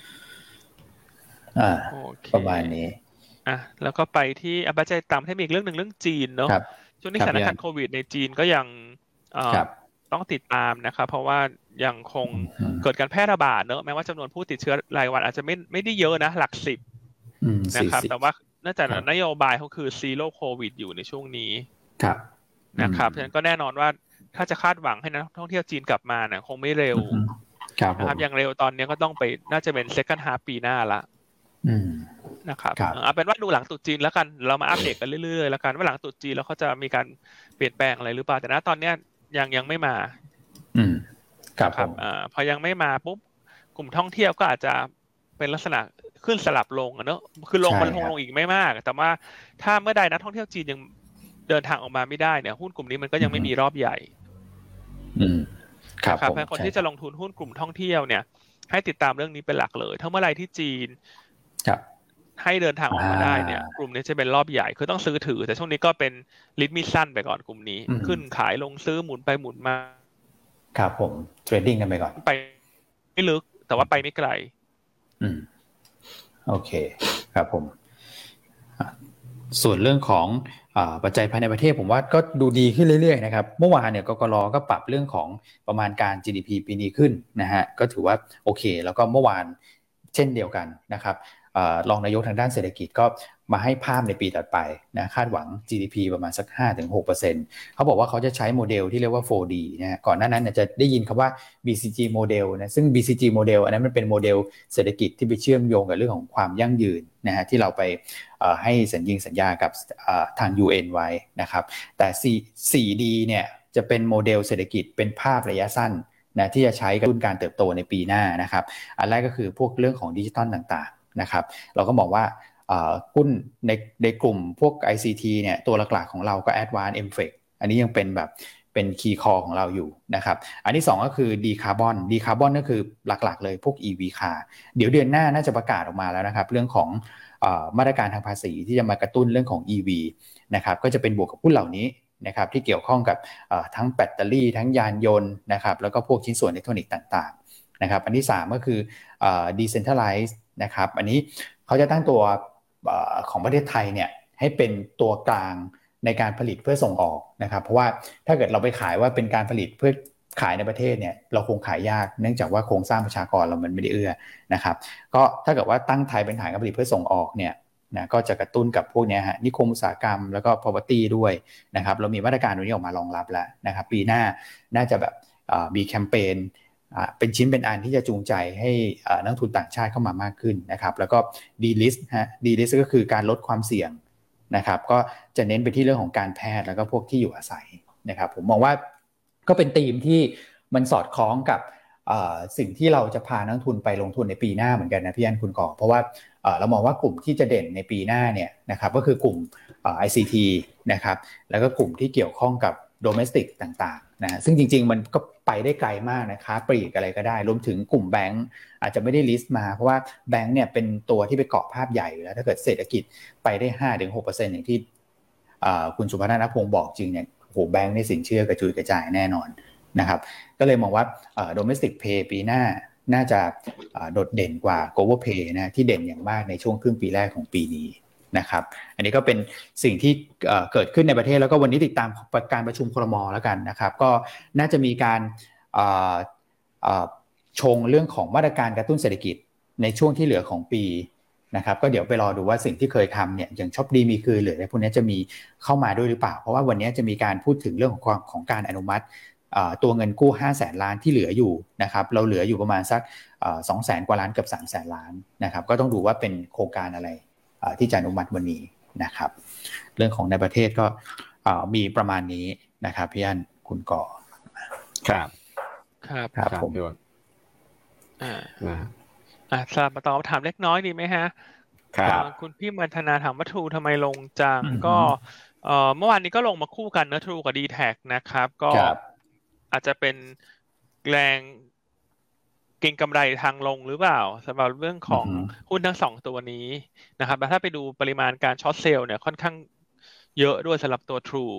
ประมาณนี้แล้วก็ไปที่ปัจจัยต่ำให้มีอีกเรื่องนึงเรื่องจีนเนาะช่วงนี้สถานการณ์โควิดในจีนก็ยังต้องติดตามนะครับเพราะว่ายังคงเกิดการแพร่ระบาดเนอะแม้ว่าจำนวนผู้ติดเชื้อรายวันอาจจะไม่ได้เยอะนะหลัก10นะครับแต่ว่าเนื่องจากนโยบายเขาคือซีโร่โควิดอยู่ในช่วงนี้นะครับฉะนั้นก็แน่นอนว่าถ้าจะคาดหวังให้นักท่องเที่ยวจีนกลับมาเนี่ยคงไม่เร็วนะครับอย่างเร็วตอนนี้ก็ต้องไปน่าจะเป็น second half ปีหน้าละนะครับเอาเป็นว่าดูหลังตรุษจีนแล้วกันเรามาอัปเดตกันเรื่อยๆแล้วกันว่าหลังตรุษจีนแล้วเขาจะมีการเปลี่ยนแปลงอะไรหรือเปล่าแต่ณตอนนี้ยังไม่มาครับพอยังไม่มาปุ๊บกลุ่มท่องเที่ยวก็อาจจะเป็นลักษณะขึ้นสลับลงเนอะคือมันลงอีกไม่มากแต่ว่าถ้าเมื่อใดนักท่องเที่ยวจีนยังเดินทางออกมาไม่ได้เนี่ยหุ้นกลุ่มนี้มันก็ยังไม่มีรอบใหญ่ครับเพราะคนที่จะลงทุนหุ้นกลุ่มท่องเที่ยวเนี่ยให้ติดตามเรื่องนี้เป็นหลักเลยถ้าเมื่อไรที่จีนให้เดินทางออกมาได้เนี่ยกลุ่มนี้จะเป็นรอบใหญ่คือต้องซื้อถือแต่ช่วงนี้ก็เป็นลิตมิสั้นไปก่อนกลุ่มนี้ขึ้นขายลงซื้อหมุนไปหมุนมาครับผมเทรดดิ้งกันไปก่อนไปไม่ลึกแต่ว่าไปไม่ไกลโอเคครับผมส่วนเรื่องของปัจจัยภายในประเทศผมว่าก็ดูดีขึ้นเรื่อยๆนะครับเมื่อวานเนี่ยกกร.ก็ปรับเรื่องของประมาณการ GDP ปีนี้ขึ้นนะฮะก็ถือว่าโอเคแล้วก็เมื่อวานเช่นเดียวกันนะครับรองนายกทางด้านเศรษฐกิจก็มาให้ภาพในปีถัดไปนะคาดหวัง GDP ประมาณสัก 5-6% เขาบอกว่าเขาจะใช้โมเดลที่เรียกว่า 4D นะฮะก่อนหน้านั้นจะได้ยินคำว่า BCG โมเดลนะซึ่ง BCG โมเดลอันนั้นมันเป็นโมเดลเศรษฐกิจที่ไปเชื่อมโยงกับเรื่องของความยั่งยืนนะฮะที่เราไปให้สัญญากับทาง UN ไว้นะครับแต่ 4D เนี่ยจะเป็นโมเดลเศรษฐกิจเป็นภาพระยะสั้นนะที่จะใช้กระตุ้นการเติบโตในปีหน้านะครับอันแรกก็คือพวกเรื่องของดิจิทัลต่างๆนะครับเราก็มองว่าหุ้นในกลุ่มพวก ICT เนี่ยตัวหลักๆของเราก็ Advanced MFX อันนี้ยังเป็นแบบเป็น Key Core ของเราอยู่นะครับอันที่2ก็คือ Decarbon ก็คือหลักๆเลยพวก EV Car เดี๋ยวเดือนหน้าน่าจะประกาศออกมาแล้วนะครับเรื่องของมาตรการทางภาษีที่จะมากระตุ้นเรื่องของ EV นะครับก็จะเป็นบวกกับหุ้นเหล่านี้นะครับที่เกี่ยวข้องกับทั้งแบตเตอรี่ทั้งยานยนต์นะครับแล้วก็พวกชิ้นส่วนอิเล็กทรอนิกส์ต่างๆนะครับอันที่3ก็คือ Decentralized นะครับอันนี้เขาจะตั้งตัวของประเทศไทยเนี่ยให้เป็นตัวกลางในการผลิตเพื่อส่งออกนะครับเพราะว่าถ้าเกิดเราไปขายว่าเป็นการผลิตเพื่อขายในประเทศเนี่ยเราคงขายยากเนื่องจากว่าโครงสร้างประชากรเรามันไม่ได้เอื้อนะครับก็ถ้าเกิดว่าตั้งไทยเป็นฐานการผลิตเพื่อส่งออกเนี่ยนะก็จะกระตุ้นกับพวกนี้ฮะนิคมอุตสาหกรรมแล้วก็ property ด้วยนะครับเรามีมาตรการตรงนี้ออกมารองรับแล้วนะครับปีหน้าน่าจะแบบมีแคมเปญเป็นชิ้นเป็นอันที่จะจูงใจให้นักทุนต่างชาติเข้ามามากขึ้นนะครับแล้วก็ delist ฮะ delist ก็คือการลดความเสี่ยงนะครับก็จะเน้นไปที่เรื่องของการแพทย์แล้วก็พวกที่อยู่อาศัยนะครับผมมองว่าก็เป็นธีมที่มันสอดคล้องกับสิ่งที่เราจะพานักทุนไปลงทุนในปีหน้าเหมือนกันนะพี่อันคุณก่อเพราะว่าเรามองว่ากลุ่มที่จะเด่นในปีหน้าเนี่ยนะครับก็คือกลุ่มICT นะครับแล้วก็กลุ่มที่เกี่ยวข้องกับ domestic ต่างๆนะซึ่งจริงๆมันก็ไปได้ไกลมากนะคะปลีกอะไรก็ได้รวมถึงกลุ่มแบงก์อาจจะไม่ได้ลิสต์มาเพราะว่าแบงก์เนี่ยเป็นตัวที่ไปเกาะภาพใหญ่อยู่แล้วถ้าเกิดเศรษฐกิจไปได้ 5-6% อย่างที่คุณสุพัฒนพงศ์บอกจริงเนี่ยโหแบงก์ในสินเชื่อกระจุยกระจายแน่นอนนะครับก็เลยมองว่าdomestic pay ปีหน้าน่าจะโดดเด่นกว่า global pay นะที่เด่นอย่างมากในช่วงครึ่งปีแรกของปีนี้นะครับอันนี้ก็เป็นสิ่งที่เกิดขึ้นในประเทศแล้วก็วันนี้ติดตามการประชุมครม.แล้วกันนะครับก็น่าจะมีการชงเรื่องของมาตรการกระตุ้นเศรษฐกิจในช่วงที่เหลือของปีนะครับก็เดี๋ยวไปรอดูว่าสิ่งที่เคยทำเนี่ยอย่างช็อปดีมีคืนหรืออะไรพวกนี้จะมีเข้ามาด้วยหรือเปล่าเพราะว่าวันนี้จะมีการพูดถึงเรื่องของการอนุมัติตัวเงินกู้ 500,000 ล้านที่เหลืออยู่นะครับเราเหลืออยู่ประมาณสัก200,000 กว่าล้านเกือบ 300,000 ล้านนะครับก็ต้องดูว่าเป็นโครงการอะไรที่จะอนุมัติวันนี้นะครับเรื่องของในประเทศก็มีประมาณนี้นะครับพี่อั้นคุณก่อครับครับผมสลับมาตอบถามเล็กน้อยดีไหมฮะครับคุณพี่มันธนาถามว่า True ทำไมลงจังก็เมื่อวานนี้ก็ลงมาคู่กันนะ True กับ D-Tag นะครับก็อาจจะเป็นแรงเก็งกำไรทางลงหรือเปล่าสำหรับเรื่องของหุ้นทั้งสองตัวนี้นะครับแต่ถ้าไปดูปริมาณการช็อตเซลล์เนี่ยค่อนข้างเยอะด้วยสำหรับตัว True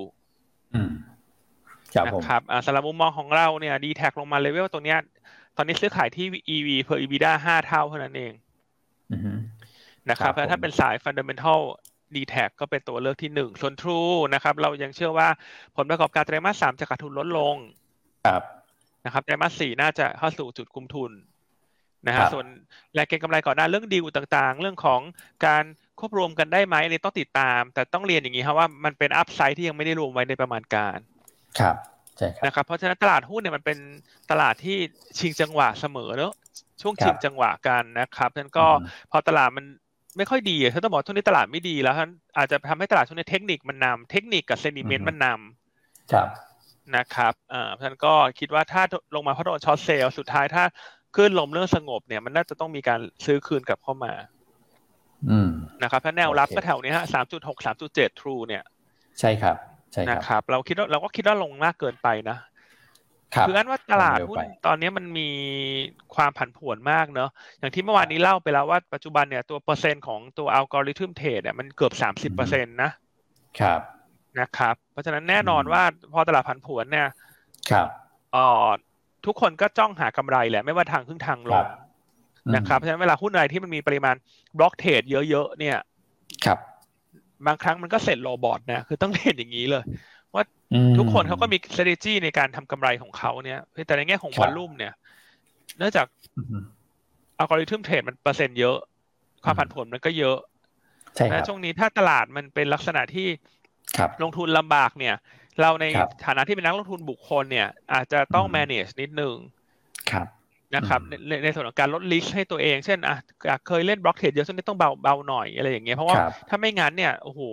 นะครับสำหรับมุมมองของเราเนี่ย D-Tag ลงมาเลเวลตัวเนี้ยตอนนี้ซื้อขายที่ EV per EBITDA 5 เท่าเท่านั้นเองนะครับแล้วถ้าเป็นสาย Fundamental D-Tag ก็เป็นตัวเลือกที่1ส่วน True นะครับเรายังเชื่อว่าผลประกอบการไตรมาส 3จะขาดทุนลดลงนะครับไตรมาส 4น่าจะเข้าสู่จุดคุมทุนนะฮะส่วนแรงเก็งกำไรก่อนหน้าเรื่องดีลต่างๆเรื่องของการควบรวมกันได้ไหมนี่ต้องติดตามแต่ต้องเรียนอย่างนี้ครับว่ามันเป็นอัพไซด์ที่ยังไม่ได้รวมไว้ในประมาณการครับใช่ครับนะครับเพราะฉะนั้นตลาดหุ้นเนี่ยมันเป็นตลาดที่ชิงจังหวะเสมอเนอะช่วงชิงจังหวะกันนะครับฉะนั้นก็พอตลาดมันไม่ค่อยดีถ้าต้องบอกช่วงนี้ตลาดไม่ดีแล้วอาจจะทำให้ตลาดช่วงนี้เทคนิคมันนำเทคนิคกับเซนิเมนต์มันนำนะครับเพราะฉะนั้นก็คิดว่าถ้าลงมาเพราะโดนช็อตเซลล์สุดท้ายถ้าขึ้นลมเรื่องสงบเนี่ยมันน่าจะต้องมีการซื้อคืนกลับเข้ามานะครับถ้าแนวรับก็แถวนี้ฮะ 3.6 3.7 True เนี่ยใช่ครับใช่ครับเราก็คิดว่าลงมากเกินไปนะคืออันว่าตลาดหุ้นตอนนี้มันมีความผันผวนมากเนอะอย่างที่เมื่อวานนี้เล่าไปแล้วว่าปัจจุบันเนี่ยตัวเปอร์เซ็นต์ของตัวอัลกอริทึมเทรดเนี่ยมันเกือบ 30% นะครับเพราะฉะนั้นแน่นอนว่าพอตลาดผันผวนเนี่ยทุกคนก็จ้องหากำไรแหละไม่ว่าทางขึ้นทางลงนะครับเพราะฉะนั้นเวลาหุ้นอะไรที่มันมีปริมาณบล็อกเทรดเยอะๆเนี่ยบางครั้งมันก็เสร็จโรบอทนะคือต้องเห็นอย่างนี้เลยว่าทุกคนเขาก็มี strategy ในการทำกำไรของเขาเนี่ยแต่ในแง่ของวอลลุ่มเนี่ยเนื่องจากอัลกอริทึมเทรดมันเปอร์เซ็นต์เยอะความผันผวนมันก็เยอะและช่วงนี้ถ้าตลาดมันเป็นลักษณะที่ลงทุนลำบากเนี่ยเราในฐานะที่เป็นนักลงทุนบุคคลเนี่ยอาจจะต้อง manage นิดนึงนะครับในส่วนของการลดลิสต์ให้ตัวเองเช่นเคยเล่นบล็อกเทรดเยอะช่วงนี้ต้องเบาหน่อยอะไรอย่างเงี้ยเพราะว่าถ้าไม่งั้นเนี่ยโอ้โห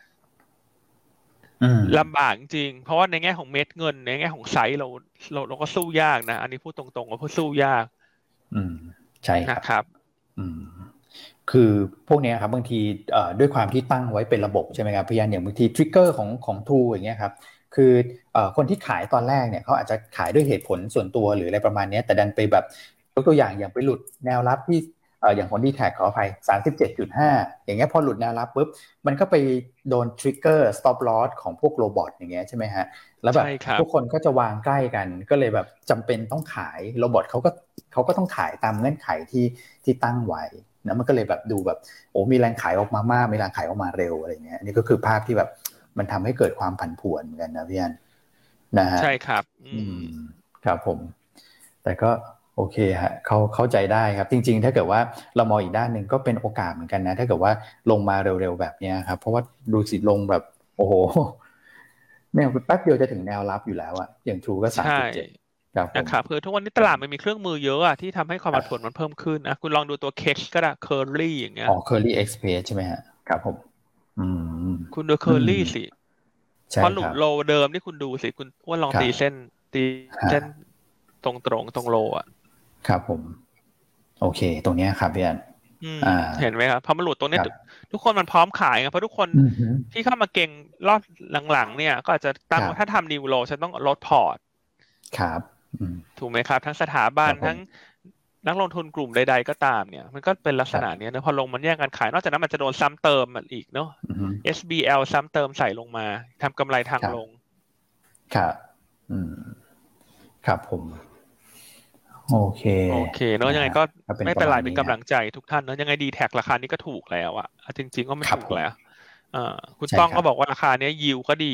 ลำบากจริงเพราะว่าในแง่ของเม็ดเงินในแง่ของไซส์เราก็สู้ยากนะอันนี้พูดตรงๆว่าสู้ยากใช่นะครับคือพวกนี้ครับบางทีด้วยความที่ตั้งไว้เป็นระบบใช่ไหมครับพี่ยันอย่างบางทีทริกเกอร์ของทูอย่างเงี้ยครับคือคนที่ขายตอนแรกเนี่ยเขาอาจจะขายด้วยเหตุผลส่วนตัวหรืออะไรประมาณนี้แต่ดันไปแบบยกตัวอย่างไปหลุดแนวรับที่อย่างคนที่แท็กขออภัย 37.5 อย่างเงี้ยพอหลุดแนวรับปุ๊บมันก็ไปโดนทริกเกอร์ stop loss ของพวกโรบอทอย่างเงี้ยใช่ไหมฮะแล้วแบบทุกคนก็จะวางใกล้กันก็เลยแบบจำเป็นต้องขายโรบอทเขาก็ต้องขายตามเงื่อนไขที่ตั้งไว้นะมันก็เลยแบบดูแบบโอ้มีแรงขายออกมามากมีแรงขายออกมาเร็วอะไรเงี้ยนี่ก็คือภาพที่แบบมันทำให้เกิดความผันผวนเหมือนกันนะพี่อันนะฮะใช่ครับครับผมแต่ก็โอเคฮะเข้าใจได้ครับจริงๆถ้าเกิดว่าเรามองอีกด้านหนึ่งก็เป็นโอกาสเหมือนกันนะถ้าเกิดว่าลงมาเร็วๆแบบนี้ครับเพราะว่าดูสิลงแบบโอ้โหเนี่ยแป๊บเดียวจะถึงแนวรับอยู่แล้วอะอย่าง True ก็ 3.7 นะครับคือทุกวันนี้ตลาดมันมีเครื่องมือเยอะอะที่ทำให้ความผันผวนมันเพิ่มขึ้นนะคุณลองดูตัว Kex ก็ได้ Curly อย่างเงี้ย Curly Express ใช่ไหมฮะครับผมคุณดู Curly สิพอหลุดโลเดิมที่คุณดูสิคุณว่าลองตีเส้นตรงโลอ่ะครับผมโอเคตรงนี้ครับพี่อันเห็นไหมครับพอมันหลุดตรงนี้ทุกคนมันพร้อมขายไงเพราะทุกคนที่เข้ามาเก่งรอบหลังๆเนี่ยก็อาจจะตั้งว่าถ้าทำนิวโรฉันต้องลดพอร์ตครับถูกไหมครับทั้งสถาบันทั้งนักลงทุนกลุ่มใดๆก็ตามเนี่ยมันก็เป็นลักษณะนี้นะพอลงมันแย่งกันขายนอกจากนั้นมันจะโดนซ้ำเติมอีกเนาะ SBL ซ้ำเติมใส่ลงมาทำกำไรทางลงครับครับผมโอเคเนาะยังไงก็ไม่เป็นไรเป็นกำลังใจทุกท่านเนาะยังไงดีแท็กราคานี้ก็ถูกแล้วอ่ะจริงๆก็ไม่ถูกแล้วคุณต้องก็บอกว่าราคานี้ยิวก็ดี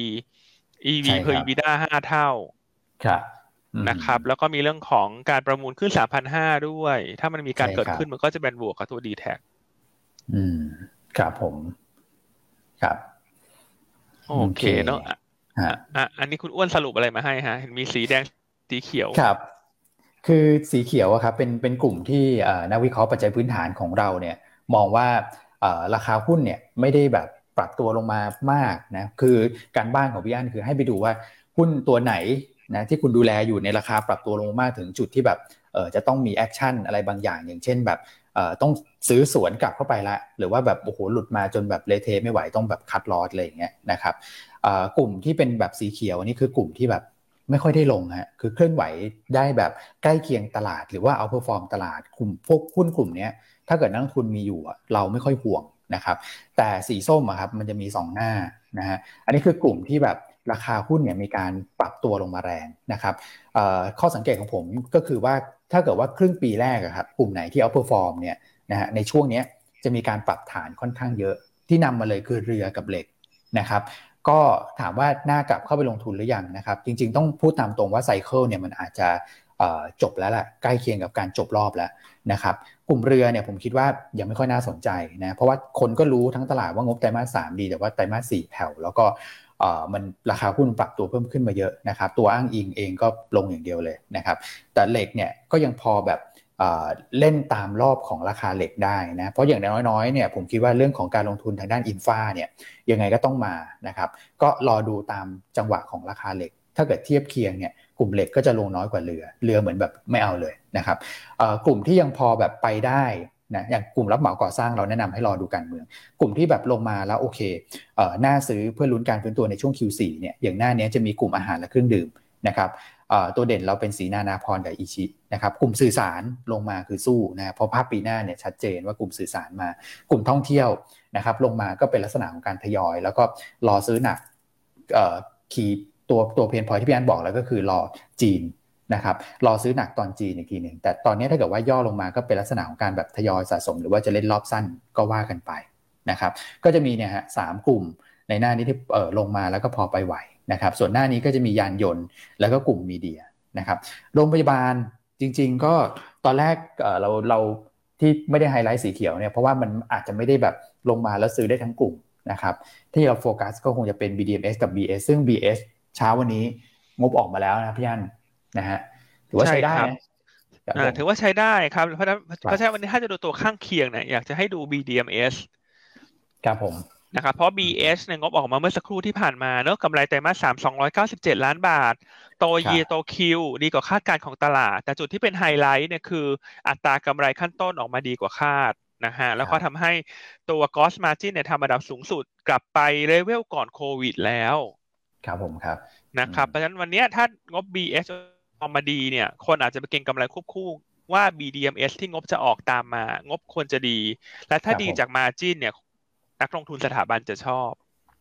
EV per EBITDA 5 เท่าครับนะครับแล้วก็มีเรื่องของการประมูลขึ้น 3,500 ด้วยถ้ามันมีการเกิดขึ้นมันก็จะเป็นบวกกับตัว D-Tag ครับผมครับโอเคเนาะอันนี้คุณอ้วนสรุปอะไรมาให้ฮะเห็นมีสีแดงสีเขียวครับคือสีเขียวครับเป็นกลุ่มที่นักวิเคราะห์ปัจจัยพื้นฐานของเราเนี่ยมองว่าราคาหุ้นเนี่ยไม่ได้แบบปรับตัวลงมามากนะคือการบ้านของพี่อั้นคือให้ไปดูว่าหุ้นตัวไหนนะที่คุณดูแลอยู่ในราคาปรับตัวลงมากถึงจุดที่แบบจะต้องมีแอคชั่นอะไรบางอย่างอย่างเช่นแบบต้องซื้อสวนกลับเข้าไปละหรือว่าแบบโอ้โหหลุดมาจนแบบเละเทะไม่ไหวต้องแบบคัทลอสอะไรอย่างเงี้ยนะครับกลุ่มที่เป็นแบบสีเขียวนี่คือกลุ่มที่แบบไม่ค่อยได้ลงฮะคือเคลื่อนไหวได้แบบใกล้เคียงตลาดหรือว่าเอาเพอร์ฟอร์มตลาดกลุ่มพวกหุ้นกลุ่มนี้ถ้าเกิดนักลงทุนมีอยู่เราไม่ค่อยห่วงนะครับแต่สีส้มครับมันจะมี2หน้านะฮะอันนี้คือกลุ่มที่แบบราคาหุ้นเนี่ยมีการปรับตัวลงมาแรงนะครับข้อสังเกตของผมก็คือว่าถ้าเกิดว่าครึ่งปีแรกครับกลุ่มไหนที่เอาเพอร์ฟอร์มเนี่ยนะฮะในช่วงนี้จะมีการปรับฐานค่อนข้างเยอะที่นำมาเลยคือเรือกับเหล็กนะครับก็ถามว่าน่ากลับเข้าไปลงทุนหรือยังนะครับจริงๆต้องพูดตามตรงว่าไซเคิลเนี่ยมันอาจจะจบแล้วแหละใกล้เคียงกับการจบรอบแล้วนะครับกลุ่มเรือเนี่ยผมคิดว่ายังไม่ค่อยน่าสนใจนะเพราะว่าคนก็รู้ทั้งตลาดว่างบไตรมาส 3ดีแต่ว่าไตรมาส 4แผ่วแล้วก็มันราคาหุ้นปรับตัวเพิ่มขึ้นมาเยอะนะครับตัวอ้างอิงเองก็ลงอย่างเดียวเลยนะครับแต่เหล็กเนี่ยก็ยังพอแบบเล่นตามรอบของราคาเหล็กได้นะเพราะอย่างน้อยๆเนี่ยผมคิดว่าเรื่องของการลงทุนทางด้านอินฟาเนี่ยยังไงก็ต้องมานะครับก็รอดูตามจังหวะของราคาเหล็กถ้าเกิดเทียบเคียงเนี่ยกลุ่มเหล็กก็จะลงน้อยกว่าเรือเหมือนแบบไม่เอาเลยนะครับกลุ่มที่ยังพอแบบไปได้นะอย่างกลุ่มรับเหมาก่อสร้างเราแนะนำให้รอดูการเมืองกลุ่มที่แบบลงมาแล้วโอเคน่าซื้อเพื่อลุ้นการฟื้นตัวในช่วง Q4 เนี่ยอย่างหน้านี้จะมีกลุ่มอาหารและเครื่องดื่มนะครับตัวเด่นเราเป็นสีนาพรกับอิชินะครับกลุ่มสื่อสารลงมาคือสู้นะเพราะภาพปีหน้าเนี่ยชัดเจนว่ากลุ่มสื่อสารมากลุ่มท่องเที่ยวนะครับลงมาก็เป็นลักษณะของการทยอยแล้วก็รอซื้อหนักคีย์ตัวเพนพอยที่พี่อันบอกแล้วก็คือรอจีนนะครับรอซื้อหนักตอนจีนอีกทีหนึ่งแต่ตอนนี้ถ้าเกิดว่าย่อลงมาก็เป็นลักษณะของการแบบทยอยสะสมหรือว่าจะเล่นรอบสั้นก็ว่ากันไปนะครับก็จะมีเนี่ยฮะ3กลุ่มในหน้านี้ที่ลงมาแล้วก็พอไปไหวนะครับส่วนหน้านี้ก็จะมียานยนต์แล้วก็กลุ่มมีเดียนะครับโรงพยาบาลจริงๆก็ตอนแรกเราที่ไม่ได้ไฮไลท์สีเขียวเนี่ยเพราะว่ามันอาจจะไม่ได้แบบลงมาแล้วซื้อได้ทั้งกลุ่มนะครับที่เราโฟกัสก็คงจะเป็น BDMs กับ BS ซึ่ง BS เช้าวันนี้งบออกมาแล้วนะพี่อั้นนะฮะถือว่าใช้ได้นะถือว่าใช้ได้ครับเพราะฉะนั้นวันนี้ถ้าจะดูตัวข้างเคียงเนี่ยอยากจะให้ดู BDMs ครับผมนะครับเพราะ BS เนี่ยงบออกมาเมื่อสักครู่ที่ผ่านมาเนอะกำไรไตรมาส 3 297 ล้านบาทโต year โต Q ดีกว่าคาดการณ์ของตลาดแต่จุดที่เป็นไฮไลท์เนี่ยคืออัตรากำไรขั้นต้นออกมาดีกว่าคาดนะฮะแล้วก็ทำให้ตัว gross margin เนี่ยทำระดับสูงสุดกลับไปเลเวลก่อนโควิดแล้วครับผมครับนะครับเพราะฉะนั้นวันนี้ถ้างบ BS ออกมาดีเนี่ยคนอาจจะไปเก็งกำไรควบคู่ว่า BDMs ที่งบจะออกตามมางบควรจะดีและถ้าดีจาก margin เนี่ยนักลงทุนสถาบันจะชอบ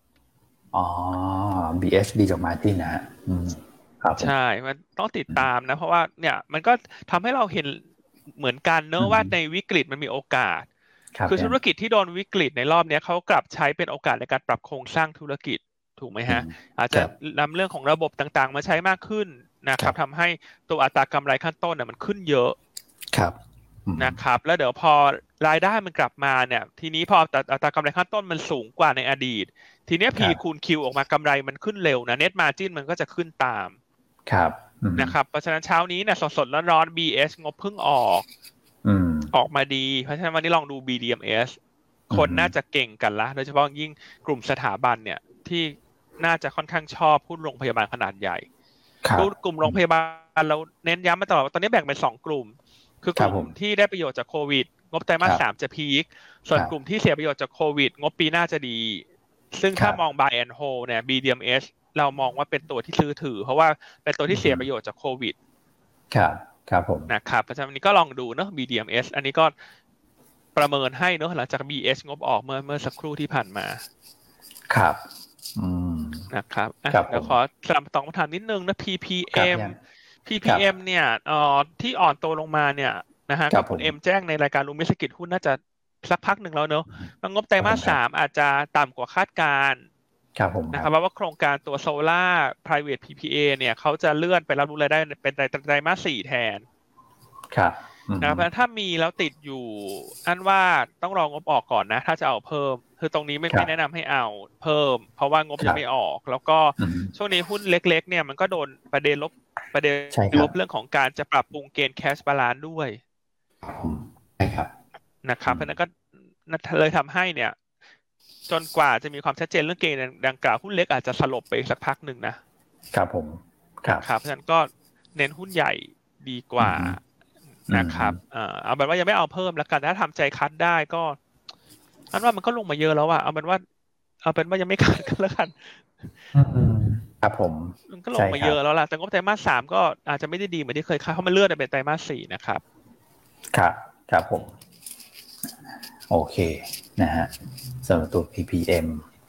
BS ดีจาก margin นะครับใช่มันต้องติดตามนะเพราะว่าเนี่ยมันก็ทำให้เราเห็นเหมือนกันเนอะว่าในวิกฤตมันมีโอกาสคือธุรกิจที่โดนวิกฤตในรอบนี้เขากลับใช้เป็นโอกาสในการปรับโครงสร้างธุรกิจถูกไหมฮะอาจจะนำเรื่องของระบบต่างๆมาใช้มากขึ้นนะครับทำให้ตัวอัตรากำไรขั้นต้นเนี่ยมันขึ้นเยอะครับนะครับแล้วเดี๋ยวพอรายได้มันกลับมาเนี่ยทีนี้พออัตรากำไรขั้นต้นมันสูงกว่าในอดีตทีนี้ P คูณ Q ออกมากำไรมันขึ้นเร็วนะ Net Margin มันก็จะขึ้นตามครับนะครับเพราะฉะนั้นเช้านี้เนี่ยสดๆร้อนๆ BS งบเพิ่งออกมาดีเพราะฉะนั้นวันนี้ลองดู BDMs คนน่าจะเก่งกันละโดยเฉพาะยิ่งกลุ่มสถาบันเนี่ยที่น่าจะค่อนข้างชอบหุ้นโรงพยาบาลขนาดใหญ่กลุ่มโรงพยาบาลเราเน้นย้ำมาตลอดว่าตอนนี้แบ่งเป็น2กลุ่มคือกลุ่มที่ได้ประโยชน์จากโควิดงบไตรมาส 3จะพีคส่วนกลุ่มที่เสียประโยชน์จากโควิดงบปีหน้าจะดีซึ่งถ้ามอง buy and hold เนี่ย BDMs เรามองว่าเป็นตัวที่ซื้อถือเพราะว่าเป็นตัวที่เสียประโยชน์จากโควิดครับผมนะครับเพราะฉะนั้นนี้ก็ลองดูเนอะ BDMs อันนี้ก็ประเมินให้เนอะหลังจาก BS งบออกเมื่อสักครู่ที่ผ่านมาครับนะครับเดี๋ยวขอสลับตองคำถามนิดนึงนะ PPM เนี่ยที่อ่อนตัวลงมาเนี่ยนะฮะกับคุณเอ็มแจ้งในรายการลุงมิสกิจหุ้นน่าจะสักพักหนึ่งแล้วเนอะงบไตรมาส 3อาจจะต่ำกว่าคาดการณ์นะครับเพราะว่าโครงการตัว Solar Private PPA เนี่ยเขาจะเลื่อนไปรับรู้รายได้เป็นไตรมาส 4แทนนะครับเพราะถ้ามีแล้วติดอยู่อันว่าต้องรองบออกก่อนนะถ้าจะเอาเพิ่มคือตรงนี้ไม่แนะนำให้เอาเพิ่มเพราะว่างบยังไม่ออกแล้วก็ช่วงนี้หุ้นเล็กๆเนี่ยมันก็โดนประเด็นลบเรื่องของการจะปรับปรุงเกณฑ์ cash balance ด้วยใช่ครับนะครับเพราะนั้นก็เลยทำให้เนี่ยจนกว่าจะมีความชัดเจนเรื่องเกณฑ์ดังกล่าวหุ้นเล็กอาจจะสลบไปสักพักหนึ่งนะครับผมครับเพราะฉะนั้นก็เน้นหุ้นใหญ่ดีกว่านะครับเอาเป็นว่ายังไม่เอาเพิ่มแล้วกันถ้าทำใจคัดได้ก็อันว่ามันก็ลงมาเยอะแล้วอะเอาเป็นว่ายังไม่คัดกันแล้วกันครับผมมันก็ลงมาเยอะแล้วล่ะแต่งบไตรมาส 3ก็อาจจะไม่ได้ดีเหมือนที่เคยคาดเพราะมันเลื่อนไปเป็นไตรมาส 4นะครับครับผมโอเคนะฮะสำหรับตัว PPM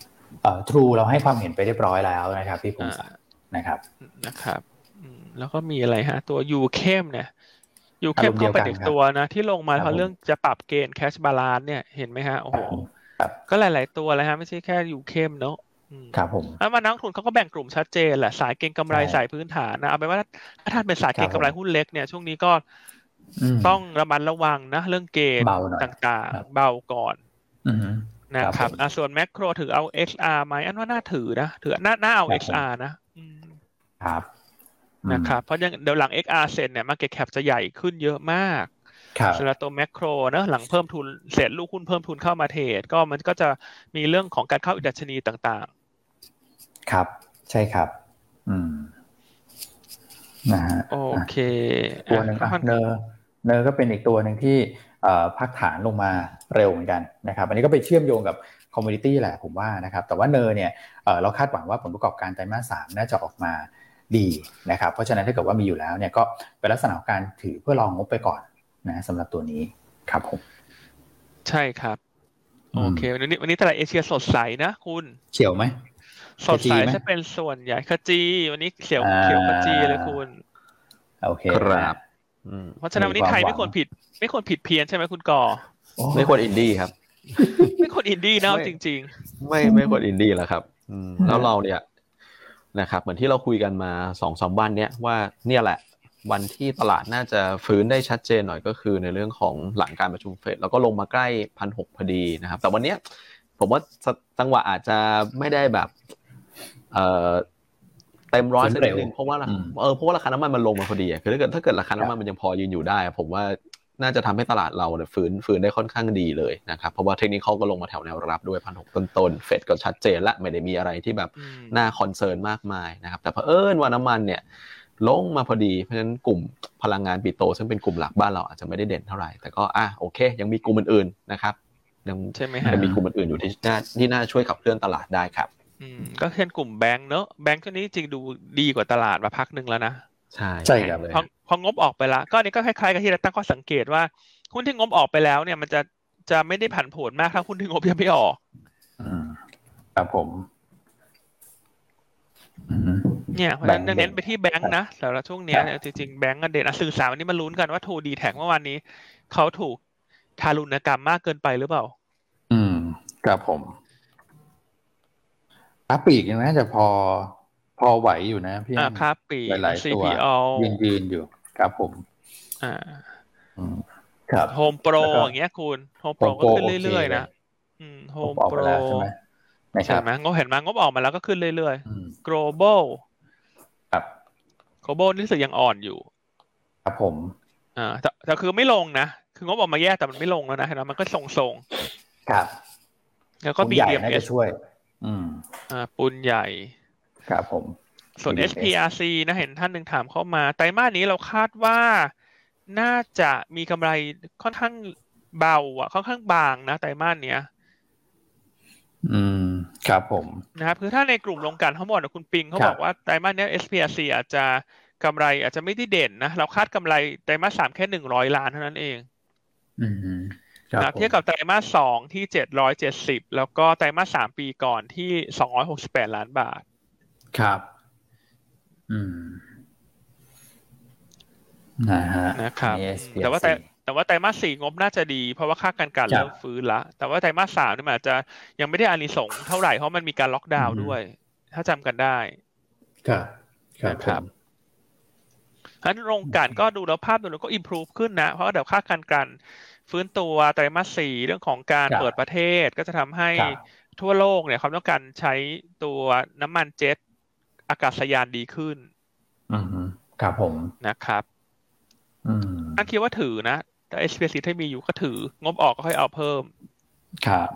True เราให้ความเห็นไปเรียบร้อยแล้วนะครับพี่พงศ์ศักดิ์นะครับแล้วก็มีอะไรฮะตัว UChem เนี่ยUChem ก็เป็นอีกตัวนะที่ลงมาเพราะเรื่องจะปรับเกณฑ์ cash balance เนี่ยเห็นไหมฮะโอ้โหก็หลายๆตัวเลยฮะไม่ใช่แค่ UChem เนอะครับผมแล้วนักลงทุนเขาก็แบ่งกลุ่มชัดเจนแหละสายเก็งกำไรสายพื้นฐานนะเอาเป็นว่าถ้าท่านเป็นสายเก็งกำไรหุ้นเล็กเนี่ยช่วงนี้ก็ต้องระมัดระวังนะเรื่องเกณฑ์ต่างๆเบาก่อนนะครับส่วนแมคโครถือเอา XR ไหมอันว่าน่าถือนะถือน่าเอา XR นะครับนะครับเพราะยังเดี๋ยวหลัง XR เสร็จเนี่ย market cap จะใหญ่ขึ้นเยอะมากสำหรับตัวแมคโครนะหลังเพิ่มทุนเสร็จลูกหุ้นเพิ่มทุนเข้ามาเทรดก็มันก็จะมีเรื่องของการเข้าดัชนีต่างๆครับใช่ครับนะฮะโอเคตัวนึงเนอก็เป็นอีกตัวหนึ่งที่พักฐานลงมาเร็วเหมือนกันนะครับอันนี้ก็ไปเชื่อมโยงกับคอมมูนิตี้แหละผมว่านะครับแต่ว่าเนอเนี่ยเราคาดหวังว่าผลประกอบการไตรมาส 3น่าจะออกมาดีนะครับเพราะฉะนั้นถ้าเกิดว่ามีอยู่แล้วเนี่ยก็เป็นลักษณะของการถือเพื่อรองงบไปก่อนนะสำหรับตัวนี้ครับผมใช่ครับโอเควันนี้ตลาดเอเชียสดใสนะคุณเขียวไหมสดใสจะเป็นส่วนใหญ่ขจีวันนี้เขียวขจีเลยคุณโอเคครับเพราะฉะนั้นวันนี้ไทยไม่ควรผิดเพี้ยนใช่ไหมคุณก่อไม่ควรอินดี้ครับไม่ควรอินดี้นะจริงๆไม่ควรอินดี้แล้วครับแล้วเราเนี่ยนะครับเหมือนที่เราคุยกันมา 2-3 วันเนี้ยว่าเนี่ยแหละวันที่ตลาดน่าจะฟื้นได้ชัดเจนหน่อยก็คือในเรื่องของหลังการประชุมเฟดแล้วก็ลงมาใกล้ 1,600 พอดีนะครับแต่วันเนี้ยผมว่าจังหวะอาจจะไม่ได้แบบเต็มร้อยสักนิดนึงเพราะว่าราคาน้ำมันมันลงมาพอดีคือถ้าเกิดราคาน้ำมันยังพอยืนอยู่ได้ผมว่าน่าจะทำให้ตลาดเราเนี่ยฟื้นได้ค่อนข้างดีเลยนะครับเพราะว่าเทคนิคก็ลงมาแถวแนวรับด้วย 1,600 ต้นๆเฟดก็ชัดเจนและไม่ได้มีอะไรที่แบบน่าคอนเซิร์นมากมายนะครับแต่เผอิญว่าน้ำมันเนี่ยลงมาพอดีเพราะฉะนั้นกลุ่มพลังงานปิโตซึ่งเป็นกลุ่มหลักบ้านเราอาจจะไม่ได้เด่นเท่าไหร่แต่ก็โอเคยังมีกลุ่มอื่นๆนะครับยังมีกลุ่มอื่นๆอยู่ที่น่าช่วยขับเคลื่อนตลาดได้ครับก็เช่นกลุ่มแบงก์เนอะแบงก์ตัวนี้จริงดูดีกว่าตลาดมาพักนึงแล้วนะใช่ครับพองบออกไปแล้วก็อันนี้ก็คล้ายๆกับที่เราตั้งข้อสังเกตว่าหุ้นที่งบออกไปแล้วเนี่ยมันจะไม่ได้ผันผวนมากถ้าหุ้นที่งบยังไม่ออกครับผมเนี่ยเพราะฉะนั้นเน้นไปที่แบงก์นะแต่ละช่วงนี้จริงๆแบงก์เด่นสื่อสารวันนี้มาลุ้นกันว่าทูดีแท็กเมื่อวานนี้เขาถูกทารุณกรรมมากเกินไปหรือเปล่าครับผมค้าปลีกยังน่าจะพอไหวอยู่นะพี่ค้าปลีกหลายๆตัวยืนอยู่ครับผมครับโฮมโปรอย่างเงี้ยคุณโฮมโปรก็ขึ้นเรื่อยๆนะโฮมโปรใช่ไหมใช่ไหมงบออกมาแล้วก็ขึ้นเรื่อยๆ global ครับ global นี่รู้สึกยังอ่อนอยู่ครับผมแต่คือไม่ลงนะคืองบออกมาแย่แต่มันไม่ลงแล้วนะเห็นไหมมันก็ทรงๆครับแล้วก็ BDMs ช่วยปุนใหญ่ครับผมส่วน SPRC นะเห็นท่านหนึ่งถามเข้ามาไตรมาสนี้เราคาดว่าน่าจะมีกำไรค่อนข้างเบาค่อนข้างบางนะไตรมาสเนี้ยครับผมนะครับคือถ้าในกลุ่มโรงกลั่นทั้งหมดคุณปิงเขาบอกว่าไตรมาสเนี้ย SPRC อาจจะกำไรอาจจะไม่ได้เด่นนะเราคาดกำไรไตรมาส3แค่100 ล้านเท่านั้นเองนะเทียบกับไตรมาส2ที่770แล้วก็ไตรมาส3ปีก่อนที่268 ล้านบาทครับนะครับแต่ว่าไตรมาส4งบน่าจะดีเพราะว่าค่าการเริ่มฟื้นละแต่ว่าไตรมาส3นี่มันอาจจะยังไม่ได้อานิสงส์เท่าไหร่เพราะมันมีการล็อกดาวน์ด้วยถ้าจำกันได้ครับฉะนั้นโรงกลั่นก็ดูแล้วภาพดูแล้วก็ improve ขึ้นนะเพราะเดี๋ยวค่าการฟื้นตัวไตรมาส4เรื่องของการเปิดประเทศก็จะทำให้ทั่วโลกเนี่ยความต้องการใช้ตัวน้ำมันเจ็ตอากาศยานดีขึ้นครับผมนะครับอันคิดว่าถือนะแต่ SPC ที่มีอยู่ก็ถืองบออกก็ค่อยเอาเพิ่มครับ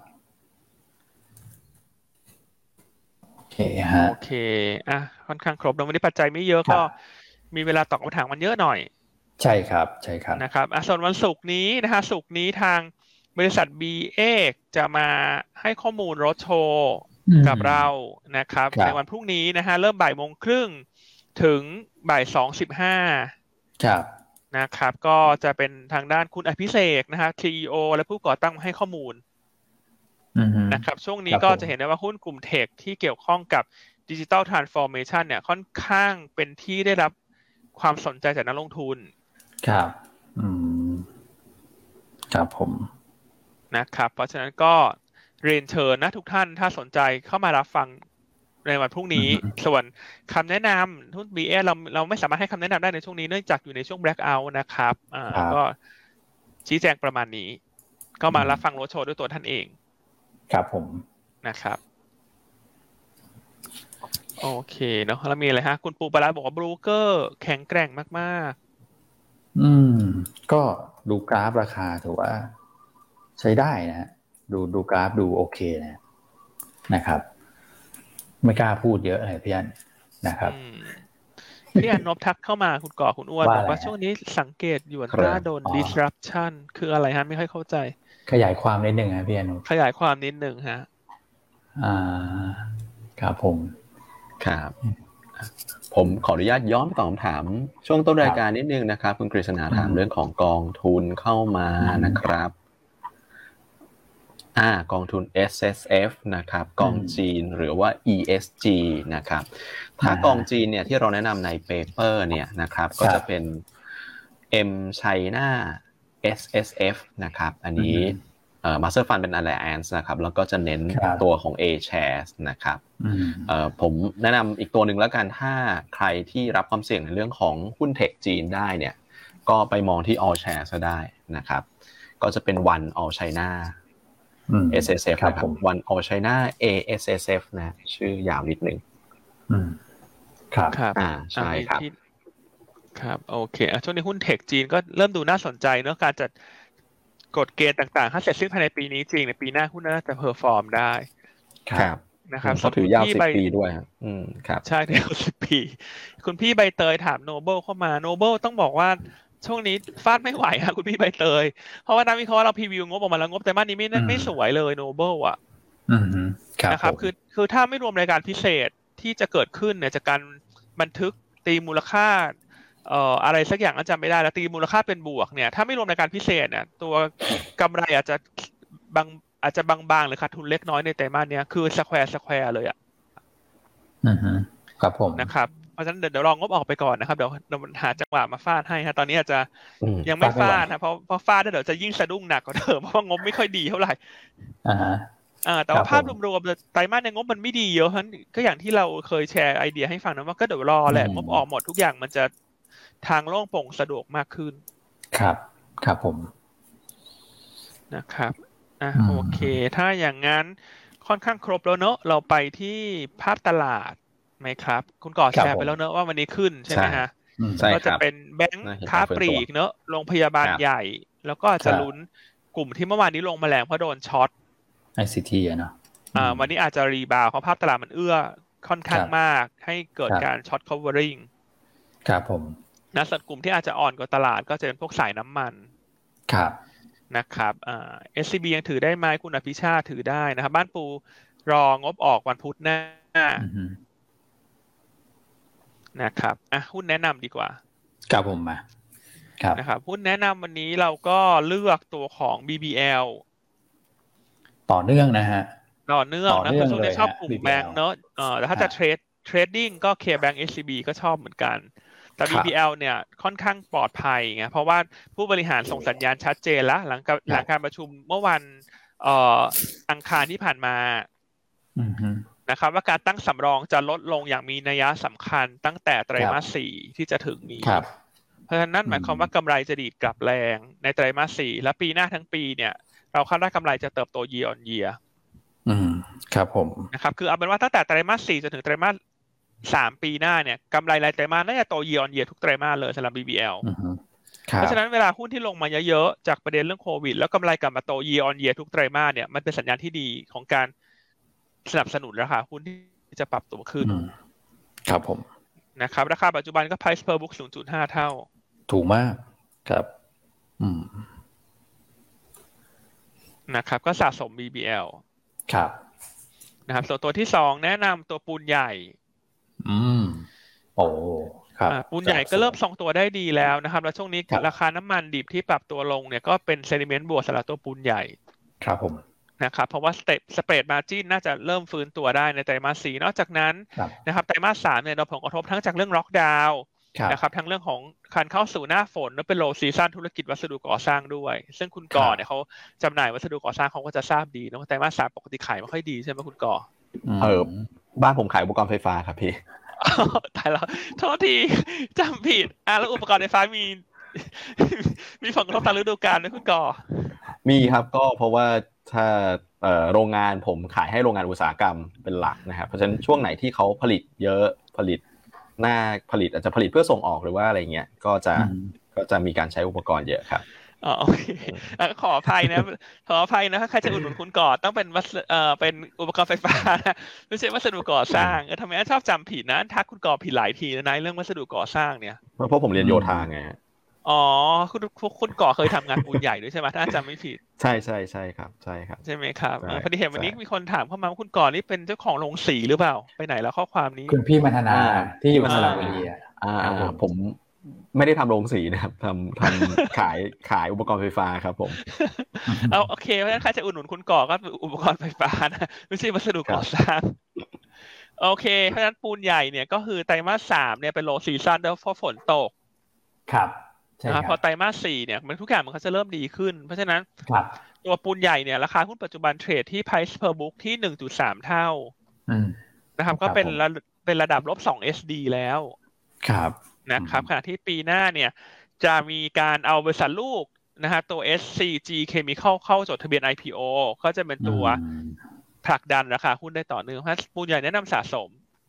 โอเคค่อนข้างครบแล้ววันนี้ปัจจัยไม่เยอะก็มีเวลาตอบคำถามมันเยอะหน่อยใช่ครับนะครับส่วนวันศุกร์นี้นะฮะศุกร์นี้ทางบริษัท BA จะมาให้ข้อมูลรถโชว์กับเรานะครับในวันพรุ่งนี้นะฮะเริ่ม 13:30 น.ถึง 14:15 น.นะครับก็จะเป็นทางด้านคุณอภิเษกนะฮะ CEO และผู้ก่อตั้งมาให้ข้อมูลนะครับช่วงนี้ก็จะเห็นได้ว่าหุ้นกลุ่มเทคที่เกี่ยวข้องกับ Digital Transformation เนี่ยค่อนข้างเป็นที่ได้รับความสนใจจากนักลงทุนครับครับผมนะครับเพราะฉะนั้นก็เรียนเชิญนะทุกท่านถ้าสนใจเข้ามารับฟังในวันพรุ่งนี้ส่วนคำแนะนำหุ้น BA เราไม่สามารถให้คำแนะนำได้ในช่วงนี้เนื่องจากอยู่ในช่วง blackout นะครับก็ชี้แจงประมาณนี้ก็มารับฟังโรดโชว์ด้วยตัวท่านเองครับผมนะครับโอเคเนาะแล้วมีอะไรฮะคุณปูปลาบอกว่าบรูเกอร์แข็งแกร่งมากๆก็ดูกราฟราคาถือว่าใช้ได้นะดูกราฟดูโอเคนะครับไม่กล้าพูดเยอะอะไรพี่อันนะครับพี่อันนพทักเข้ามาคุณก่อคุณอ้วนบอกว่าช่วงนี้สังเกตหยวนต้าโดน disruption คืออะไรฮะไม่ค่อยเข้าใจขยายความนิดนึงฮะพี่อันขยายความนิดนึงฮะครับผมครับผมขออนุญาตย้อนไปตอบคำถามช่วงต้นรายการนิดนึงนะครับคุณกฤษณาถามเรื่องของกองทุนเข้ามานะครับกองทุน SSF นะครับกองจีนหรือว่า ESG นะครับถ้ากองจีนเนี่ยที่เราแนะนำในเปเปอร์เนี่ยนะครับก็จะเป็น M China SSF นะครับอันนี้Master Fund เป็น Alliance นะครับแล้วก็จะเน้นตัวของ A Shares นะครับผมแนะนำอีกตัวหนึ่งแล้วกันถ้าใครที่รับความเสี่ยงในเรื่องของหุ้นเทคจีนได้เนี่ยก็ไปมองที่ All Shares ก็ได้นะครับก็จะเป็น One All China SSF นะครับ One All China ASSF นะชื่อยาวนิดนึงครับใช่ครับครับโอเคช่วงนี้หุ้นเทคจีนก็เริ่มดูน่าสนใจเนอะการจัดกฎเกณฑ์ต่างๆถ้าเสร็จสิ้นภายในปีนี้จริงในปีหน้าหุ้นน่าจะเพอร์ฟอร์มได้ครับนะครับเขาถือยาว10 ปีด้วยครับใช่ถือยาว10 ปีคุณพี่ใบเตยถามโนเบิลเข้ามาโนเบิลต้องบอกว่าช่วงนี้ฟาดไม่ไหวค่ะคุณพี่ใบเตยเพราะว่านักวิเคราะห์เราพรีวิวงบออกมาแล้วงบแต่มานี้ไม่สวยเลยโนเบิลนะครับคือถ้าไม่รวมรายการพิเศษที่จะเกิดขึ้นเนี่ยจากการบันทึกตีมูลค่าอะไรสักอย่างจำไม่ได้แล้วตีมูลค่าเป็นบวกเนี่ยถ้าไม่รวมรายการพิเศษเนี่ยตัวกำไรอาจจะบางๆหรือขาดทุนเล็กน้อยในไตรมาสเนี้ยคือสแควร์เลยครับผมนะครับเพราะฉะนั้นเดี๋ยวลองงบออกไปก่อนนะครับเดี๋ยวหาจังหวะมาฟาดให้ฮะตอนนี้อาจจะยังไม่ฟาดนะเพราะฟาดเดี๋ยวจะยิ่งสะดุ้งหนักกว่าเดิมเพราะว่างบไม่ค่อยดีเท่าไหร่แต่ว่าภาพรวมๆไตรมาสในงบมันไม่ดีเยอะฮะก็อย่างที่เราเคยแชร์ไอเดียให้ฟังนะว่าก็เดี๋ยวรอแหละงบออกหมดทุกอย่างมันจะทางโล่งโปร่งสะดวกมากขึ้นครับผมนะครับโอเคถ้าอย่างนั้นค่อนข้างครบแล้วเนอะเราไปที่ภาพตลาดไหมครับคุณก่อแชร์ไปแล้วเนอะว่าวันนี้ขึ้นใช่ไหมฮะก็จะเป็นแบงค์ค้าปลีกเนอะโรงพยาบาลใหญ่แล้วก็จะลุ้นกลุ่มที่เมื่อวานนี้ลงมาแรงเพราะโดนช็อต ICT เนาะวันนี้อาจจะรีบาวเพราะภาพตลาดมันเอื้อค่อนข้างมากให้เกิดการช็อต covering ครับผมนะส่วนกลุ่มที่อาจจะอ่อนกว่าตลาดก็จะเป็นพวกสายน้ำมันครับนะครับSCB ยังถือได้ไหมคุณอภิชาติถือได้นะครับบ้านปูรองบออกวันพุธหน้านะครับหุ้นแนะนำดีกว่าครับผมมาครับนะครับหุ้นแนะนำวันนี้เราก็เลือกตัวของ BBL ต่อเนื่องนะฮะต่อเนื่องนะคือช่วงนี้ชอบกลุ่มแบงก์เนอะแล้วถ้าจะเทรดดิ้งก็ KBank SCB ก็ชอบเหมือนกันแต่ BBL เนี่ยค่อนข้างปลอดภัยไงเพราะว่าผู้บริหารส่งสัญญาณชัดเจนแล้วหลังการประชุมเมื่อวันอังคารที่ผ่านมานะครับว่าการตั้งสำรองจะลดลงอย่างมีนัยสำคัญตั้งแต่ไตรมาส 4ที่จะถึงนี้เพราะฉะนั้นหมายความว่ากำไรจะดีดกลับแรงในไตรมาส 4และปีหน้าทั้งปีเนี่ยเราคาดว่ากำไรจะเติบโต year on year ครับผมนะครับคือเอาเป็นว่าตั้งแต่ไตรมาส 4จนถึงไตรมาส 3ปีหน้าเนี่ยกำไรรายไตรมาสน่าจะโต year on year ทุกไตรมาสเลยสำหรับ BBL เพราะฉะนั้นเวลาหุ้นที่ลงมาเยอะๆจากประเด็นเรื่องโควิดแล้วกำไรกลับมาโต year on year ทุกไตรมาสเนี่ยมันเป็นสัญญาณที่ดีของการสนับสนุนราคาหุ้นที่จะปรับตัวขึ้นครับผมนะครับราคาปัจจุบันก็ price per book 0.5 เท่าถูกมากครับนะครับก็สะสม BBL ครับนะครับส่วนตัวที่2แนะนำตัวปูนใหญ่โอ้ครับปูนใหญ่ก็เริ่มทรงตัวได้ดีแล้วนะครับแล้วช่วงนี้ราคาน้ำมันดิบที่ปรับตัวลงเนี่ยก็เป็น sentiment บวกสำหรับตัวปูนใหญ่ครับผมนะครับเพราะว่าสเปรดมาร์จิ้นน่าจะเริ่มฟื้นตัวได้ในไตรมาส 4นอกจากนั้นนะครับไตรมาส 3เนี่ยเราผลกระทบทั้งจากเรื่องล็อกดาวน์นะครับทั้งเรื่องของการเข้าสู่หน้าฝนและเป็นโลว์ซีซั่นธุรกิจวัสดุก่อสร้างด้วยซึ่งคุณก่อเนี่ยเขาจำหน่ายวัสดุก่อสร้างเขาก็จะทราบดีนะว่าไตรมาส 3ปกติขายไม่ค่อยดีใช่ไหมคุณก่อบ้านผมขายอุปกรณ์ไฟฟ้าครับพี่ตายแล้วโทษทีจำผิดแล้วอุปกรณ์ไฟฟ้ามีผลกระทบตามฤดูกาลไหมคุณก่อมีครับก็เพราะว่าถ้าโรงงานผมขายให้โรงงานอุตสาหกรรมเป็นหลักนะครับเพราะฉะนั้นช่วงไหนที่เขาผลิตเยอะผลิตหน้าผลิตอาจจะผลิตเพื่อส่งออกหรือว่าอะไรเงี้ยก็จะมีการใช้อุปกรณ์เยอะครับโอเคขออภัยนะถ้าใครจะอุดหนุนคุณก่อต้องเป็นอุปกรณ์ไฟฟ้านะไม่ใช่วัสดุก่อสร้างทำไมชอบจำผิดนะทักคุณก่อผิดหลายทีนะเรื่องวัสดุก่อสร้างเนี่ยเพราะผมเรียนโยธาไงคุณก่อเคยทำงานปูนใหญ่ด้วยใช่ไหมถ้าจำไม่ผิดใช่ครับใช่ครับใช่ไหมครับพอดีเห็นวันนี้มีคนถามเข้ามาว่าคุณก่อนี่เป็นเจ้าของโรงสีหรือเปล่าไปไหนแล้วข้อความนี้คุณพี่มัทนาที่อยู่สระบุรีผมไม่ได้ทำโรงสีนะครับทำขายอุปกรณ์ไฟฟ้าครับผมโอเคเพราะฉะนั้นใครจะอุดหนุนคุณก่อก็อุปกรณ์ไฟฟ้านะไม่ใช่วัสดุก่อสร้างโอเคเพราะฉะนั้นปูนใหญ่เนี่ยก็คือไตรมาส 3เนี่ยเป็นโลว์ซีซั่นแล้วเพราะฝนตกครับพอไตรมาส 4เนี่ยมันทุกอย่างมันก็จะเริ่มดีขึ้นเพราะฉะนั้นตัวปูนใหญ่เนี่ยราคาหุ้นปัจจุบันเทรดที่ price per book ที่ 1.3 เท่านะครับก็เป็นระดับลบ2 SD แล้วครับนะครับขณะที่ปีหน้าเนี่ยจะมีการเอาบริษัทลูกนะฮะตัว SCG Chemical เข้าจดทะเบียน IPO ก็จะเป็นตัวผลักดันราคาหุ้นได้ต่อเนื่องเพราะปูนใหญ่แนะนำสะสม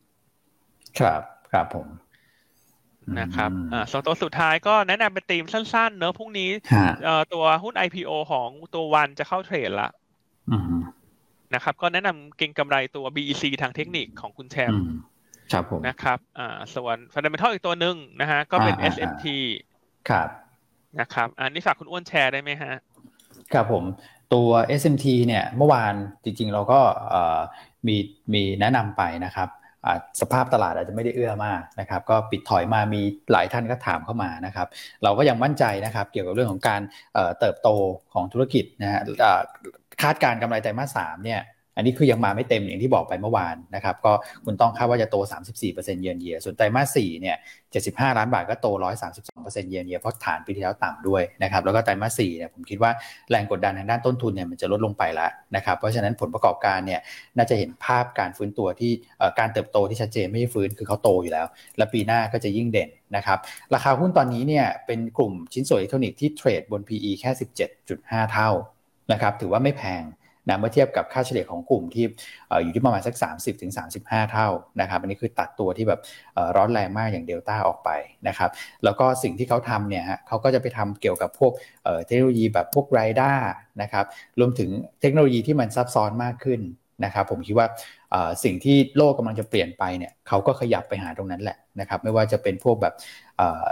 ครับผมนะครับส่วนตัวสุดท้ายก็แนะนำเป็นธีมสั้นๆเนอะพรุ่งนี้ตัวหุ้น IPO ของตัววันจะเข้าเทรดละนะครับก็แนะนำเก็งกำไรตัว BEC ทางเทคนิคของคุณแชมป์ครับผมนะครับส่วน fundamental อีกตัวหนึ่งนะฮะก็เป็น SMT ครับนะครับอันนี้ฝากคุณอ้วนแชร์ได้ไหมฮะครับผมตัว SMT เนี่ยเมื่อวานจริงๆเราก็มีแนะนำไปนะครับสภาพตลาดอาจจะไม่ได้เอื้อมากนะครับก็ปิดถอยมามีหลายท่านก็ถามเข้ามานะครับเราก็ยังมั่นใจนะครับเกี่ยวกับเรื่องของการเติบโตของธุรกิจนะฮะคาดการณ์กำไรไตรมาส 3เนี่ยอันนี้คือยังมาไม่เต็มอย่างที่บอกไปเมื่อวานนะครับก็คุณต้องคาดว่าจะโต 34%เยือนเยียส่วนไตรมาส 4เนี่ย75ล้านบาทก็โต 132%เยือนเยียเพราะฐานปีที่แล้วต่ำด้วยนะครับแล้วก็ไตรมาส 4เนี่ยผมคิดว่าแรงกดดันทางด้านต้นทุนเนี่ยมันจะลดลงไปแล้วนะครับเพราะฉะนั้นผลประกอบการเนี่ยน่าจะเห็นภาพการฟื้นตัวที่การเติบโตที่ชัดเจนไม่ใช่ฟื้นคือเขาโตอยู่แล้วและปีหน้าก็จะยิ่งเด่นนะครับราคาหุ้นตอนนี้เนี่ยเป็นกลุ่มชิ้นส่วนอิเล็กทรอนิกส์ที่เทรดบน PE แค่ 17.5 เท่านะครับถือว่าไม่แพงนะเมื่อเทียบกับค่าเฉลี่ยของกลุ่มที่อยู่ที่ประมาณสัก 30-35 เท่านะครับอันนี้คือตัดตัวที่แบบร้อนแรงมากอย่างเดลต้าออกไปนะครับแล้วก็สิ่งที่เขาทำเนี่ยฮะเขาก็จะไปทำเกี่ยวกับพวกเทคโนโลยีแบบพวกไรด้านะครับรวมถึงเทคโนโลยีที่มันซับซ้อนมากขึ้นนะครับผมคิดว่าสิ่งที่โลกกำลังจะเปลี่ยนไปเนี่ยเขาก็ขยับไปหาตรงนั้นแหละนะครับไม่ว่าจะเป็นพวกแบบ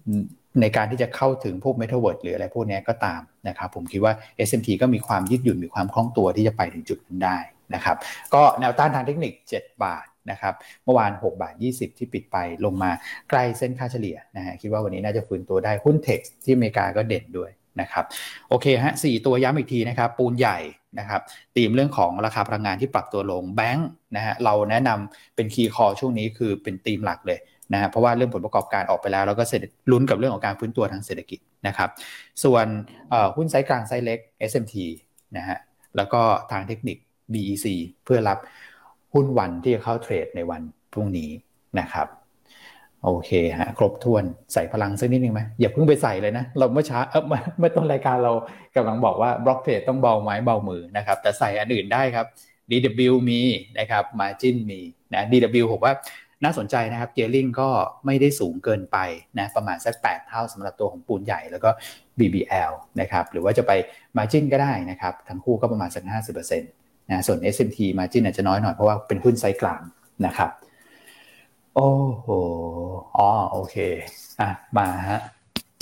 ในการที่จะเข้าถึงพวก Metaverse หรืออะไรพวกนี้ก็ตามนะครับผมคิดว่า SMT ก็มีความยืดหยุ่นมีความคล่องตัวที่จะไปถึงจุดนั้นได้นะครับก็แนวต้านทางเทคนิค7 บาทนะครับเมื่อวาน6.20 บาทที่ปิดไปลงมาใกล้เส้นค่าเฉลี่ยนะฮะคิดว่าวันนี้น่าจะฟื้นตัวได้หุ้นเทคที่อเมริกาก็เด่นด้วยนะครับโอเคฮะ4ตัวย้ำอีกทีนะครับปูนใหญ่นะครับธีมเรื่องของราคาพลังงานที่ปรับตัวลงแบงค์นะฮะเราแนะนำเป็นคีย์คอช่วงนี้คือเป็นธีมหลักเลยนะฮะเพราะว่าเรื่องผลประกอบการออกไปแล้วก็ลุ้นกับเรื่องของการฟื้นตัวทางเศรษฐกิจนะครับส่วนหุ้นไซส์กลางไซส์เล็ก SMT นะฮะแล้วก็ทางเทคนิค BEC เพื่อรับหุ้นวันที่จะเข้าเทรดในวันพรุ่งนี้นะครับโอเคฮะครบถ้วนใส่พลังสักนิดนึงไหมอย่าเพิ่งไปใส่เลยนะเราเมื่อต้นรายการเรากำลังบอกว่าบล็อกเทรดต้องเบาไม้เบามือนะครับแต่ใส่อันอื่นได้ครับ DW มีนะครับ Margin มีนะ DW ผมว่าน่าสนใจนะครับเกียร์ลิงก็ไม่ได้สูงเกินไปนะประมาณสัก8 เท่าสำหรับตัวของปูนใหญ่แล้วก็ BBL นะครับหรือว่าจะไป Margin ก็ได้นะครับทั้งคู่ก็ประมาณสัก 50% นะส่วน SMT Margin อาจจะน้อยหน่อยเพราะว่าเป็นหุ้นไซส์กลางนะครับโอ้โหโอเคมาฮะ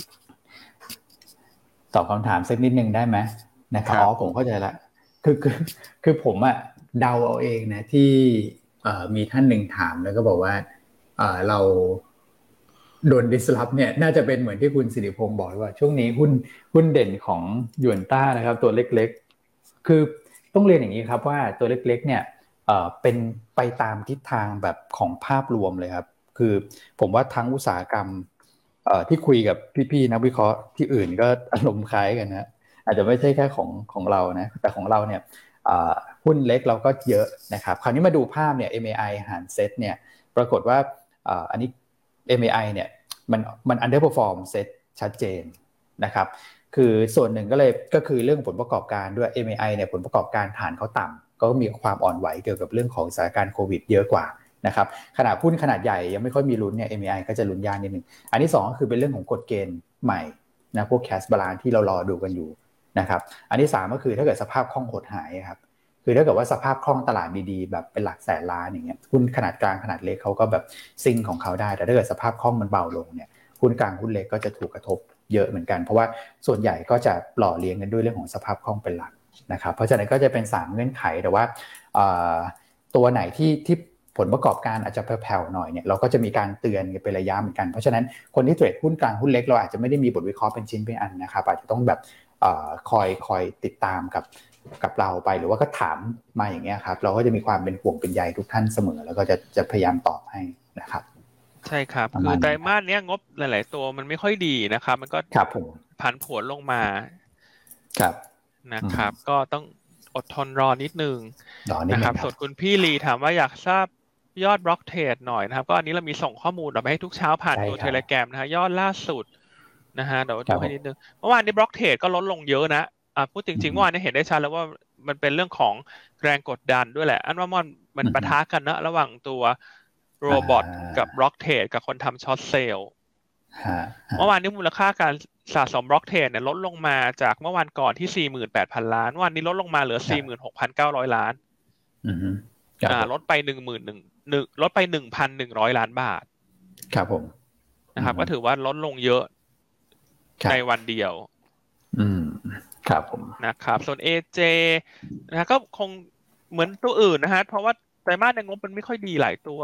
ตอบคำถามสักนิดนึงได้ไหมนะครับผมเข้าใจละคือผมเดาเอาเองนะที่มีท่านหนึ่งถามแล้วก็บอกว่าเราโดน disrupt เนี่ยน่าจะเป็นเหมือนที่คุณสิริพงษ์บอกว่าช่วงนี้หุ้นเด่นของหยวนต้านะครับตัวเล็กๆคือต้องเรียนอย่างนี้ครับว่าตัวเล็กๆเนี่ยเป็นไปตามทิศทางแบบของภาพรวมเลยครับคือผมว่าทั้งอุตสาหกรรมที่คุยกับพี่ๆนักวิเคราะห์ที่อื่นก็อารมณ์คล้ายกันนะอาจจะไม่ใช่แค่ของเรานะแต่ของเราเนี่ยหุ้นเล็กเราก็เยอะนะครับคราวนี้มาดูภาพเนี่ย MAI หารเซ็ตเนี่ยปรากฏว่าอันนี้ MAI เนี่ยมัน underperform เซ็ตชัดเจนนะครับคือส่วนหนึ่งก็คือเรื่องผลประกอบการด้วย MAI เนี่ยผลประกอบการฐานเขาต่ำก็มีความอ่อนไหวเกี่ยวกับเรื่องของสถานการณ์โควิดเยอะกว่านะครับขนาดหุ้นขนาดใหญ่ยังไม่ค่อยมีลุ้นเนี่ย MAI ก็จะลุ้นยากนิดนึงอันที่2ก็คือเป็นเรื่องของกฎเกณฑ์ใหม่นะพวก cash balance ที่เรารอดูกันอยู่นะครับอันที่3ก็คือถ้าเกิดสภาพคล่องหดหายครับคือถ้าเกิดว่าสภาพคล่องตลาดดีๆแบบเป็นหลักแสนล้านอย่างเงี้ยหุ้นขนาดกลางขนาดเล็กเขาก็แบบซิงของเขาได้แต่ถ้าเกิดสภาพคล่องมันเบาลงเนี่ยหุ้นกลางหุ้นเล็กก็จะถูกกระทบเยอะเหมือนกันเพราะว่าส่วนใหญ่ก็จะหล่อเลี้ยงกันด้วยเรื่องของสภาพคล่องเป็นหลักนะครับเพราะฉะนั้นก็จะเป็น3เงื่อนไขแต่ว่าตัวไหนที่ผลประกอบการอาจจะแผ่วๆหน่อยเนี่ยเราก็จะมีการเตือนกันเป็นระยะเหมือนกันเพราะฉะนั้นคนที่เทรดหุ้นกลางหุ้นเล็กเราอาจจะไม่ได้มีบทวิเคราะห์เป็นชิ้นเป็นอันนะครับอาจจะต้องแบบคอยติดตามกับเราไปหรือว่าก็ถามมาอย่างเงี้ยครับเราก็จะมีความเป็นห่วงเป็นใยทุกท่านเสมอแล้วก็จะพยายามตอบให้นะครับใช่ครับคือไตรมาสนี้งบหลายๆตัวมันไม่ค่อยดีนะครับมันก็ผันผวนลงมาครับนะครับก็ต้องอดทนรอนิดนึงนะครับส่วนคุณพี่ลีถามว่าอยากทราบยอดบล็อกเทรดหน่อยนะครับก็อันนี้เรามีส่งข้อมูลออกไปให้ทุกเช้าผ่านตัว Telegram นะฮะยอดล่าสุดนะฮะเดี๋ยวดูให้นิดนึงเมื่อวานนี้บล็อกเทรดก็ลดลงเยอะนะพูดจริงๆเมื่อวานนี้เห็นได้ชัดแล้วว่ามันเป็นเรื่องของแรงกดดันด้วยแหละอันว่ามันปะทะกันนะระหว่างตัวโรบอทกับบล็อกเทรดกับคนทำช็อตเซลล์เมื่อวานนี้มูลค่าการสะสมบล็อกเทรดเนี่ยลดลงมาจากเมื่อวานก่อนที่ 48,000 ล้านวันนี้ลดลงมาเหลือ 46,900 ล้านลดไปลดไป 1,100 ล้านบาทครับผมนะครับก็ถือว่าลดลงเยอะในวันเดียวครับผมนะครับส่วน AJ นะก็คงเหมือนตัวอื่นนะฮะเพราะว่าไตรมาสในงบมันไม่ค่อยดีหลายตัว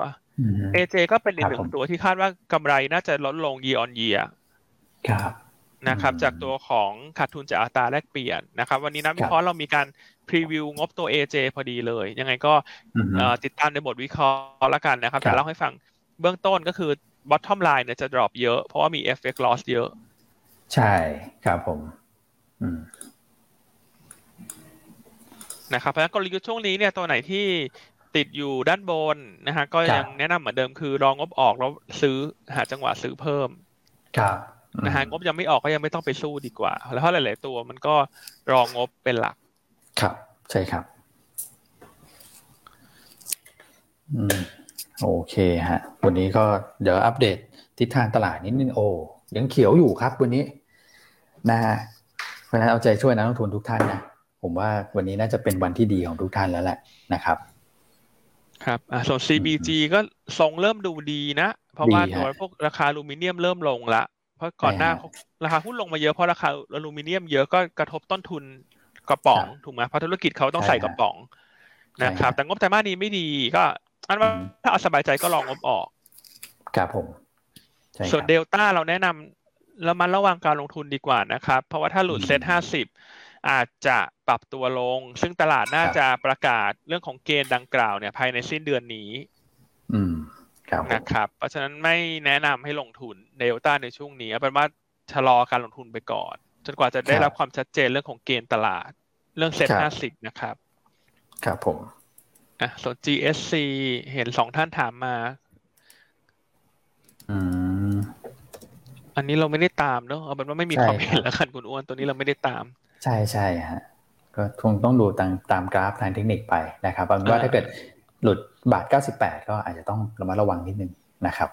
AJ ก็เป็นอีกหนึ่งตัวที่คาดว่ากำไรน่าจะลดลง year on year ครับนะครับจากตัวของขาดทุนจากอัตราแลกเปลี่ยนนะครับวันนี้นักวิเคราะห์เรามีการพรีวิวงบตัว AJ พอดีเลยยังไงก็ติดตามในบทวิเคราะห์แล้วกันนะครับแต่เล่าให้ฟังเบื้องต้นก็คือ bottom line เนี่ยจะ drop เยอะเพราะว่ามี FX loss เยอะใช่ครับผมนะครับเพราะฉะนั้นกลยุทธ์ช่วงนี้เนี่ยตัวไหนที่ติดอยู่ด้านบนนะฮะก็ยังแนะนำเหมือนเดิมคือรองบออกแล้วซื้อหาจังหวะซื้อเพิ่มครับนะฮะงบยังไม่ออกก็ยังไม่ต้องไปสู้ดีกว่าแล้วเพราะหลายๆตัวมันก็รองบเป็นหลักครับใช่ครับโอเคฮะวันนี้ก็เดี๋ยวอัปเดตทิศทางตลาดนิดนึงยังเขียวอยู่ครับวันนี้นะฮะเพราะฉะนั้นเอาใจช่วยนักลงทุนทุกท่านนะผมว่าวันนี้น่าจะเป็นวันที่ดีของทุกท่านแล้วแหละนะครับครับส่วน CBG ก็ทรงเริ่มดูดีนะเพราะว่าตัวพวกราคาอลูมิเนียมเริ่มลงละเพราะก่อนหน้าราคาหุ้นลงมาเยอะเพราะราคาอลูมิเนียมเยอะก็กระทบต้นทุนกระป๋องถูกไหมเพราะธุรกิจเขาต้องใส่กระป๋องนะครับแต่งบไตรมาสนี้ไม่ดีก็อันว่าถ้าเอาสบายใจก็ลองงบออกครับผมส่วนเดลต้าเราแนะนำแล้วมันระวังการลงทุนดีกว่านะครับเพราะว่าถ้าหลุดเซ็ต50อาจจะปรับตัวลงซึ่งตลาดน่าจะประกาศเรื่องของเกณฑ์ดังกล่าวเนี่ยภายในสิ้นเดือนนี้นะครับเพราะฉะนั้นไม่แนะนำให้ลงทุนเดลต้าในช่วงนี้เป็นว่าชะลอการลงทุนไปก่อนจนกว่าจะได้รับความชัดเจนเรื่องของเกณฑ์ตลาดเรื่องเซ็ต50นะครับครับผมส่วน GSC เห็น2ท่านถามมาอันนี้เราไม่ได้ตามเนอะเอาเป็นว่าไม่มีความเห็นแล้วกันคุณอ้วนตัวนี้เราไม่ได้ตามใช่ฮะก็คงต้องดูตามกราฟทางเทคนิคไปนะครับเอาเป็นว่าถ้าเกิดหลุดบาท98ก็อาจจะต้องระมัดระวังนิดนึงนะครับ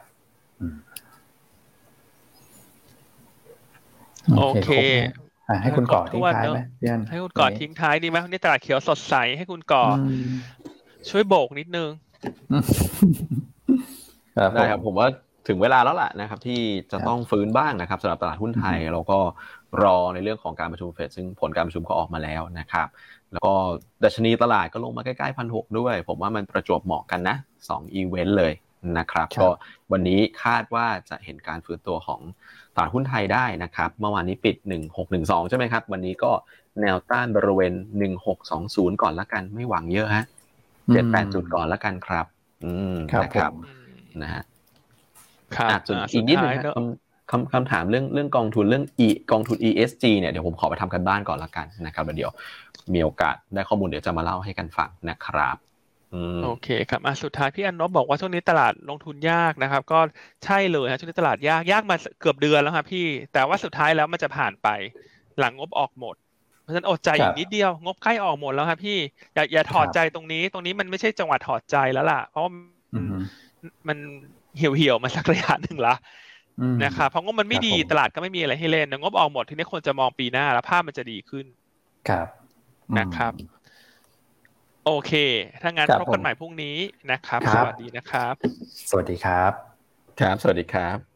โอเคให้คุณก่อทิ้งท้ายไหมให้คุณก่อทิ้งท้ายดีไหมวันนี้ตลาดเขียวสดใสให้คุณก่อช่วยโบกนิดนึงได้ครับผมว่าถึงเวลาแล้วล่ะนะครับที่จะต้องฟื้นบ้างนะครับสำหรับตลาดหุ้นไทยเราก็รอในเรื่องของการประชุมเฟดซึ่งผลการประชุมก็ออกมาแล้วนะครับแล้วก็ดัชนีตลาดก็ลงมาใกล้ๆ 1,600 ด้วยผมว่ามันประจวบเหมาะกันนะ2อีเวนต์เลยนะครับก็วันนี้คาดว่าจะเห็นการฟื้นตัวของตลาดหุ้นไทยได้นะครับเมื่อวานนี้ปิด1612ใช่ไหมครับวันนี้ก็แนวต้านบริเวณ1620ก่อนละกันไม่หวังเยอะฮะ 7-8 จุดก่อนละกันครับนะครับนะฮะส่วนอีกนิดนึงคำถามเรื่องกองทุนเรื่องกองทุน ESG เนี่ยเดี๋ยวผมขอไปทำกันบ้านก่อนละกันนะครับเดี๋ยวมีโอกาสได้ข้อมูลเดี๋ยวจะมาเล่าให้กันฟังนะครับโอเคครับสุดท้ายพี่อนนบบอกว่าช่วงนี้ตลาดลงทุนยากนะครับก็ใช่เลยฮะช่วงนี้ตลาดยากมาเกือบเดือนแล้วครับพี่แต่ว่าสุดท้ายแล้วมันจะผ่านไปหลังงบออกหมดเพราะฉะนั้นอดใจอีกนิดเดียวงบใกล้ออกหมดแล้วครับพี่อย่าถอดใจตรงนี้มันไม่ใช่จังหวะถอดใจแล้วล่ะเพราะมันเหี่ยวมาสักระยะหนึ่งละนะครับเพราะงบมันไม่ดีตลาดก็ไม่มีอะไรให้เล่นงบออกหมดทีนี้คนจะมองปีหน้าแล้วภาพมันจะดีขึ้นครับนะครับโอเคถ้างั้นพบกันใหม่พรุ่งนี้นะครับสวัสดีนะครับสวัสดีครับครับสวัสดีครับ